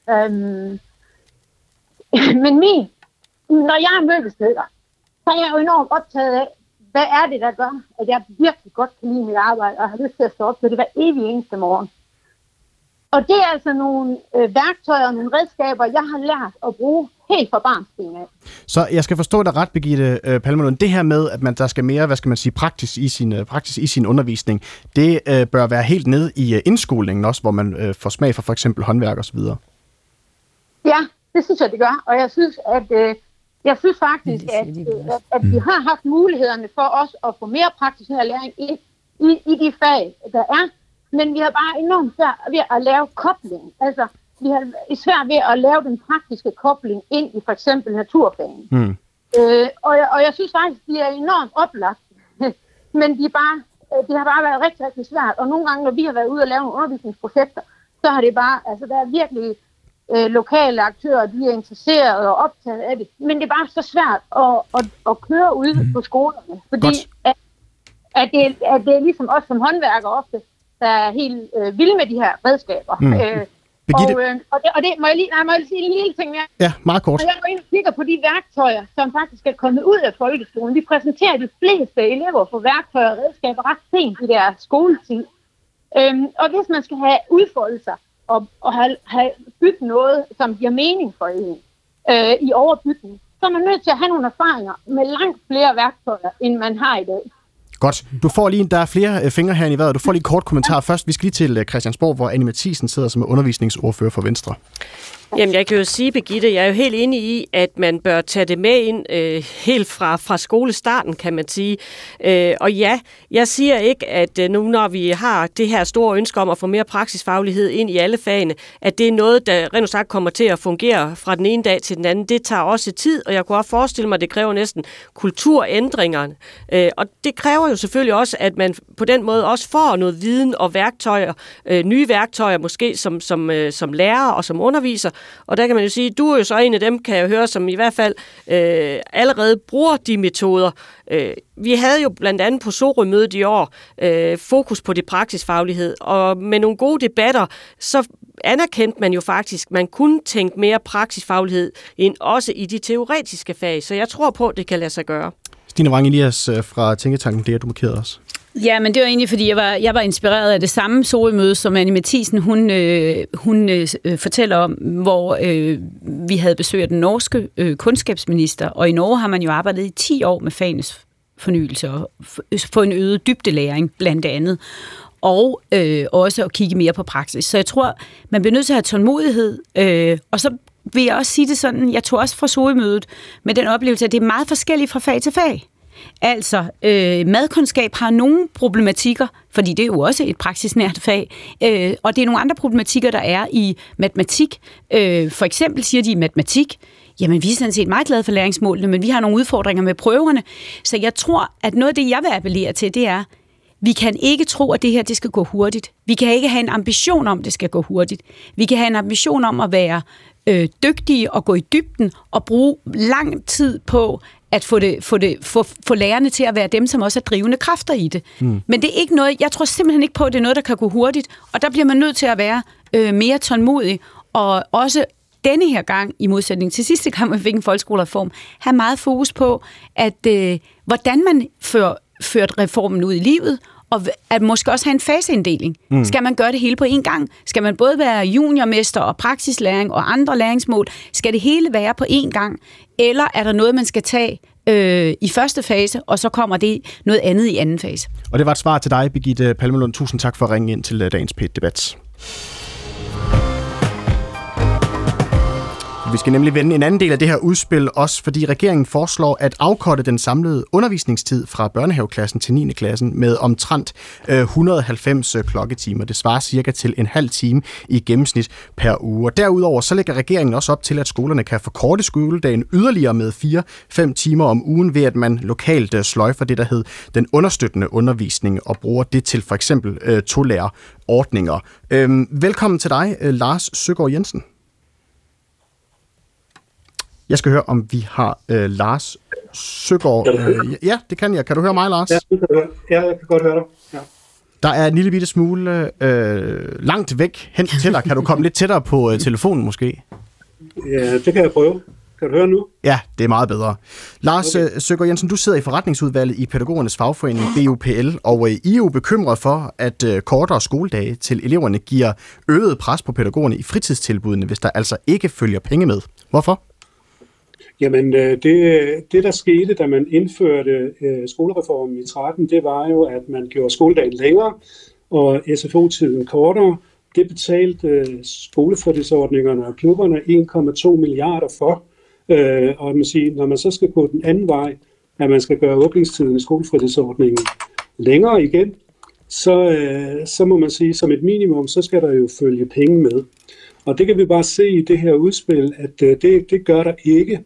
Men når jeg er møbelsnedker, så er jeg jo enormt optaget af, hvad er det, der gør, at jeg virkelig godt kan lide mit arbejde, og har lyst til at stå op til det hver evig eneste morgen. Og det er altså nogle værktøjer og nogle redskaber, jeg har lært at bruge helt fra barnsben af. Så jeg skal forstå dig ret, Birgitte Palmelund. Det her med, at der skal mere, praksis i sin undervisning, det bør være helt ned i indskolingen også, hvor man får smag for eksempel håndværk og så videre. Ja, det synes jeg, det gør. Og jeg synes, faktisk, at vi har haft mulighederne for os at få mere praksisnær læring i de fag, der er. Men vi har bare enormt svært ved at lave kobling. Altså, vi har svært ved at lave den praktiske kobling ind i for eksempel naturfagen. Og jeg synes faktisk, de er enormt oplagt. Men det har bare været rigtig, rigtig svært. Og nogle gange, når vi har været ude og lave nogle undervisningsprojekter, så har det bare, altså der er virkelig lokale aktører, de er interesserede og optaget af det. Men det er bare så svært at køre ude på skolerne. Fordi at det er ligesom os som håndværkere ofte, der er helt vilde med de her redskaber. Og det må jeg lige sige en lille ting mere. Ja, meget kort. Og jeg går ind og kigger på de værktøjer, som faktisk er kommet ud af folkeskolen. Vi præsenterer de fleste elever for værktøjer og redskaber ret sent i deres skoletid. Og hvis man skal have udfoldet sig og have bygget noget, som giver mening for en i overbygning, så er man nødt til at have nogle erfaringer med langt flere værktøjer, end man har i dag. Godt. Der er flere fingre her i vejret. Du får lige en kort kommentar først. Vi skal lige til Christiansborg, hvor Annie Matthiesen sidder som undervisningsordfører for Venstre. Jamen, jeg kan jo sige, Birgitte, jeg er jo helt enig i, at man bør tage det med ind helt fra skolestarten, kan man sige. Og ja, jeg siger ikke, at nu når vi har det her store ønske om at få mere praksisfaglighed ind i alle fagene, at det er noget, der rent sagt kommer til at fungere fra den ene dag til den anden. Det tager også tid, og jeg kunne også forestille mig, at det kræver næsten kulturændringer. Og det kræver jo selvfølgelig også, at man på den måde også får noget viden og værktøjer, nye værktøjer måske som lærer og som underviser. Og der kan man jo sige, du er jo så en af dem, kan jeg høre, som i hvert fald allerede bruger de metoder. Vi havde jo blandt andet på Sorø-mødet i år fokus på det praksisfaglighed, og med nogle gode debatter, så anerkendte man jo faktisk, man kunne tænke mere praksisfaglighed ind også i de teoretiske fag. Så jeg tror på, at det kan lade sig gøre. Stine Wrang Elias fra Tænketanken, det du markerede også. Ja, men det var egentlig, fordi jeg var inspireret af det samme Sorø-møde, som Annie Matthiesen, hun fortæller om, hvor vi havde besøg af den norske kundskabsminister, og i Norge har man jo arbejdet i 10 år med fagenes fornyelse og få en øget dybdelæring blandt andet, og også at kigge mere på praksis. Så jeg tror, man bliver nødt til at have tålmodighed, og så vil jeg også sige det sådan, jeg tog også fra Sorø-mødet med den oplevelse, at det er meget forskelligt fra fag til fag. Altså, madkundskab har nogle problematikker, fordi det er jo også et praksisnært fag, og det er nogle andre problematikker, der er i matematik. For eksempel siger de i matematik, jamen vi er sådan set meget glade for læringsmålene, men vi har nogle udfordringer med prøverne. Så jeg tror, at noget af det, jeg vil appellere til, det er, vi kan ikke tro, at det her det skal gå hurtigt. Vi kan ikke have en ambition om, at det skal gå hurtigt. Vi kan have en ambition om at være dygtige og gå i dybden og bruge lang tid på at få lærerne til at være dem, som også er drivende kræfter i det. Men det er ikke noget, jeg tror simpelthen ikke på, at det er noget, der kan gå hurtigt, og der bliver man nødt til at være mere tålmodig, og også denne her gang, i modsætning til sidste gang, vi fik en folkeskolereform, have meget fokus på, at hvordan man ført reformen ud i livet, og at måske også have en faseinddeling. Skal man gøre det hele på én gang? Skal man både være juniormester og praksislæring og andre læringsmål? Skal det hele være på én gang? Eller er der noget, man skal tage i første fase, og så kommer det noget andet i anden fase? Og det var et svar til dig, Birgitte Palmelund. Tusind tak for at ringe ind til dagens P1-debat. Vi skal nemlig vende en anden del af det her udspil også, fordi regeringen foreslår at afkorte den samlede undervisningstid fra børnehaveklassen til 9. klassen med omtrent 190 klokketimer. Det svarer cirka til en halv time i gennemsnit per uge. Og derudover så lægger regeringen også op til, at skolerne kan forkorte skoledagen yderligere med 4-5 timer om ugen, ved at man lokalt sløjfer det, der hed den understøttende undervisning, og bruger det til for eksempel tolærerordninger. Velkommen til dig, Lars Søgaard Jensen. Jeg skal høre, om vi har Lars Søgaard. Ja, det kan jeg. Kan du høre mig, Lars? Ja, det kan du høre. Ja, jeg kan godt høre dig. Ja. Der er en lille bitte smule langt væk hen til dig. Kan du komme lidt tættere på telefonen måske? Ja, det kan jeg prøve. Kan du høre nu? Ja, det er meget bedre. Lars Søgaard Jensen, du sidder i forretningsudvalget i Pædagogernes Fagforening, BUPL, og I er jo bekymret for, at kortere skoledage til eleverne giver øget pres på pædagogerne i fritidstilbudene, hvis der altså ikke følger penge med. Hvorfor? Jamen, det der skete, da man indførte skolereformen i 13, det var jo, at man gjorde skoledagen længere og SFO-tiden kortere. Det betalte skolefritidsordningerne og klubberne 1,2 milliarder for. Og man siger, når man så skal gå den anden vej, at man skal gøre åbningstiden i skolefritidsordningen længere igen, så må man sige, som et minimum, så skal der jo følge penge med. Og det kan vi bare se i det her udspil, at det gør der ikke.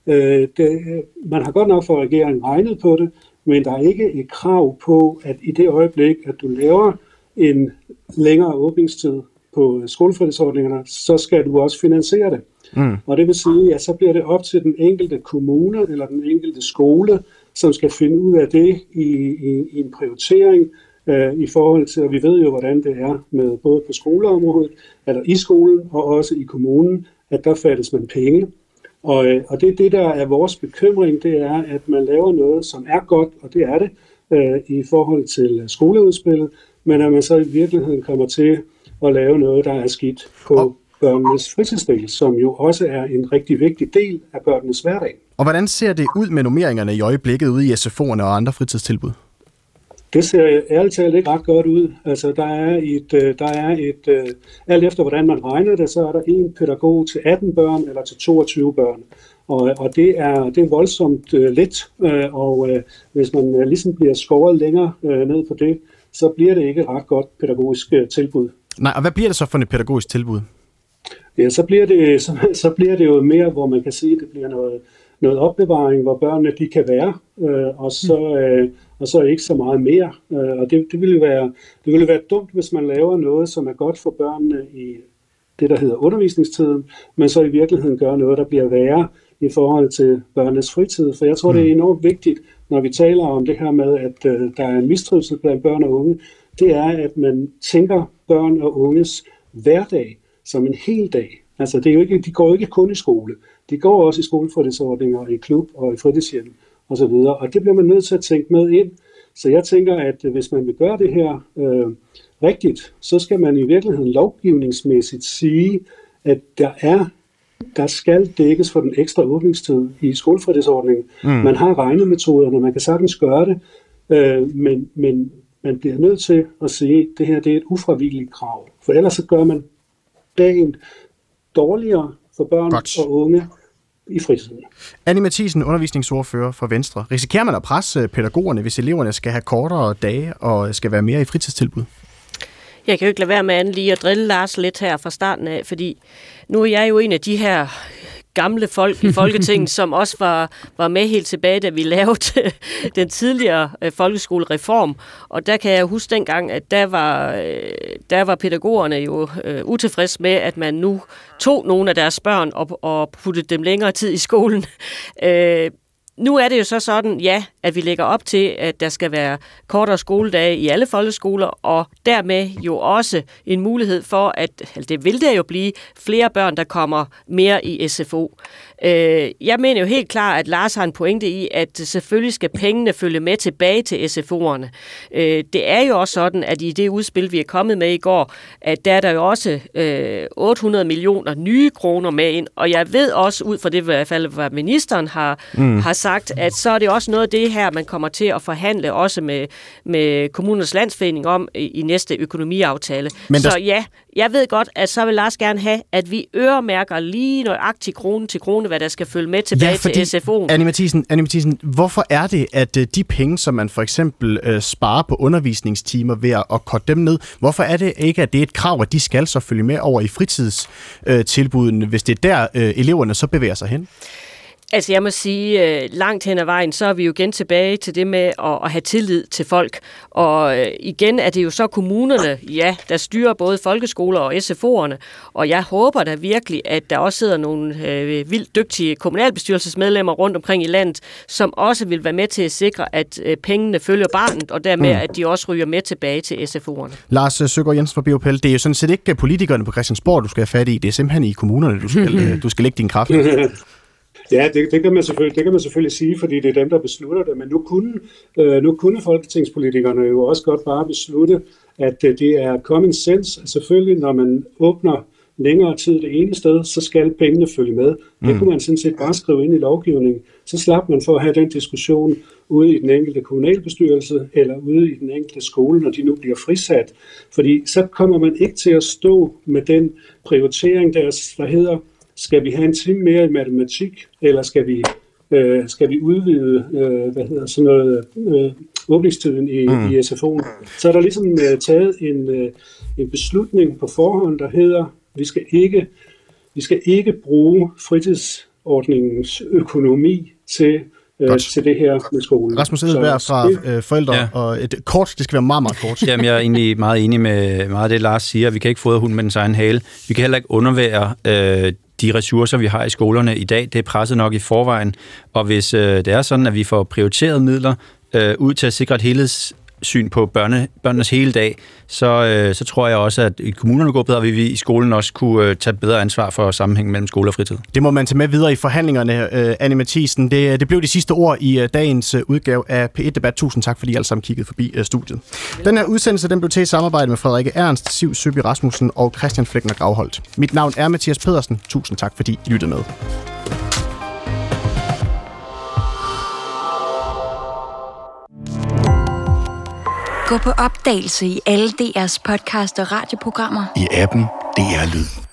Man har godt nok for regeringen regnet på det, men der er ikke et krav på, at i det øjeblik, at du laver en længere åbningstid på skolefritidsordningerne, så skal du også finansiere det. Og det vil sige, at så bliver det op til den enkelte kommune eller den enkelte skole, som skal finde ud af det i en prioritering i forhold til, og vi ved jo, hvordan det er med både på skoleområdet, eller i skolen og også i kommunen, at der fattes man penge. Og det er det, der er vores bekymring, det er, at man laver noget, som er godt, og det er det, i forhold til skoleudspillet, men at man så i virkeligheden kommer til at lave noget, der er skidt på børnenes fritidsdel, som jo også er en rigtig vigtig del af børnenes hverdag. Og hvordan ser det ud med nummeringerne i øjeblikket ude i SFO'erne og andre fritidstilbud? Det ser ærligt talt ikke ret godt ud. Altså, der er et alt efter hvordan man regner det, så er der en pædagog til 18 børn eller til 22 børn. Og det er voldsomt lidt, og hvis man ligesom bliver skåret længere ned på det, så bliver det ikke ret godt pædagogisk tilbud. Nej, og hvad bliver det så for et pædagogisk tilbud? Ja, så bliver det jo mere, hvor man kan sige, at det bliver noget opbevaring, hvor børnene de kan være, og så ikke så meget mere. Og det ville være dumt, hvis man laver noget, som er godt for børnene i det, der hedder undervisningstiden, men så i virkeligheden gør noget, der bliver værre i forhold til børnenes fritid. For jeg tror, det er enormt vigtigt, når vi taler om det her med, at der er en mistrivsel blandt børn og unge, det er, at man tænker børn og unges hverdag som en hel dag. Altså, det er jo ikke, de går jo ikke kun i skole. De går også i skolefritidsordninger, i klub og i fritidshjem. osv. Og det bliver man nødt til at tænke med ind. Så jeg tænker, at hvis man vil gøre det her rigtigt, så skal man i virkeligheden lovgivningsmæssigt sige, at der skal dækkes for den ekstra åbningstid i skolefritidsordningen. Man har regnemetoderne, man kan sagtens gøre det, men man bliver nødt til at sige, at det her det er et ufravigeligt krav. For ellers så gør man dagen dårligere for børn og unge i fritiden. Anni Matthiesen, undervisningsordfører for Venstre. Risikerer man at presse pædagogerne, hvis eleverne skal have kortere dage og skal være mere i fritidstilbud? Jeg kan jo ikke lade være med andet lige at drille Lars lidt her fra starten af, fordi nu er jeg jo en af de her gamle folk i Folketinget, som også var med helt tilbage, da vi lavede den tidligere folkeskolereform. Og der kan jeg huske dengang, at der var pædagogerne jo utilfredse med, at man nu tog nogle af deres børn og puttede dem længere tid i skolen. Nu er det jo så sådan, ja, at vi lægger op til, at der skal være kortere skoledage i alle folkeskoler, og dermed jo også en mulighed for, at det vil der jo blive flere børn, der kommer mere i SFO. Jeg mener jo helt klart, at Lars har en pointe i, at selvfølgelig skal pengene følge med tilbage til SFO'erne. Det er jo også sådan, at i det udspil, vi er kommet med i går, at der er der jo også 800 millioner nye kroner med ind, og jeg ved også, ud fra det i hvert fald, hvad ministeren har sagt, at så er det også noget af det her, man kommer til at forhandle også med Kommunernes Landsforening om i næste økonomiaftale. Så ja, jeg ved godt, at så vil Lars gerne have, at vi øremærker lige nøjagtigt krone til krone, hvad der skal følge med tilbage til SFO'en. Anni Matthiesen, hvorfor er det, at de penge, som man for eksempel sparer på undervisningstimer ved at korte dem ned, hvorfor er det ikke, at det er et krav, at de skal så følge med over i fritidstilbudene, hvis det er der, eleverne så bevæger sig hen? Altså jeg må sige, langt hen ad vejen, så er vi jo igen tilbage til det med at have tillid til folk. Og igen er det jo så kommunerne, ja, der styrer både folkeskoler og SFO'erne. Og jeg håber da virkelig, at der også sidder nogle vildt dygtige kommunalbestyrelsesmedlemmer rundt omkring i landet, som også vil være med til at sikre, at pengene følger barnet, og dermed at de også ryger med tilbage til SFO'erne. Lars Søgaard Jensen fra BOPL, det er jo sådan set ikke politikerne på Christiansborg, du skal have fat i. Det er simpelthen i kommunerne, du skal lægge din kraft. Ja, det kan man selvfølgelig sige, fordi det er dem, der beslutter det. Men nu kunne folketingspolitikerne jo også godt bare beslutte, at det er common sense. Selvfølgelig, når man åbner længere tid det ene sted, så skal pengene følge med. Det kunne man sådan set bare skrive ind i lovgivningen. Så slap man for at have den diskussion ude i den enkelte kommunalbestyrelse eller ude i den enkelte skole, når de nu bliver frisat. Fordi så kommer man ikke til at stå med den prioritering, der hedder, skal vi have en time mere i matematik, eller skal vi udvide åbningstiden i SFO'en? Så er der ligesom taget en beslutning på forhånd, der hedder, vi skal ikke bruge fritidsordningens økonomi til det her med skolen. Rasmus Edelberg fra Forældre, og det skal være meget, meget kort. Jamen, jeg er egentlig meget enig med meget af det, Lars siger. Vi kan ikke fodre hunden med dens egen hale. Vi kan heller ikke undervære de ressourcer, vi har i skolerne i dag. Det er presset nok i forvejen, og hvis det er sådan, at vi får prioriteret midler ud til at sikre et helhedssyn på børnenes hele dag, så tror jeg også, at i kommunerne går bedre, vil vi i skolen også kunne tage bedre ansvar for sammenhængen mellem skole og fritid. Det må man tage med videre i forhandlingerne, Anni Matthiesen. Det blev de sidste ord i dagens udgave af P1 Debat. Tusind tak, fordi I alle sammen kiggede forbi studiet. Den her udsendelse den blev til i samarbejde med Frederikke Ernst, Siv Søby Rasmussen og Christian Fleckner Gravholdt. Mit navn er Mathias Pedersen. Tusind tak, fordi I lyttede med. Gå på opdagelse i alle DR's podcast og radioprogrammer. I appen DR Lyd.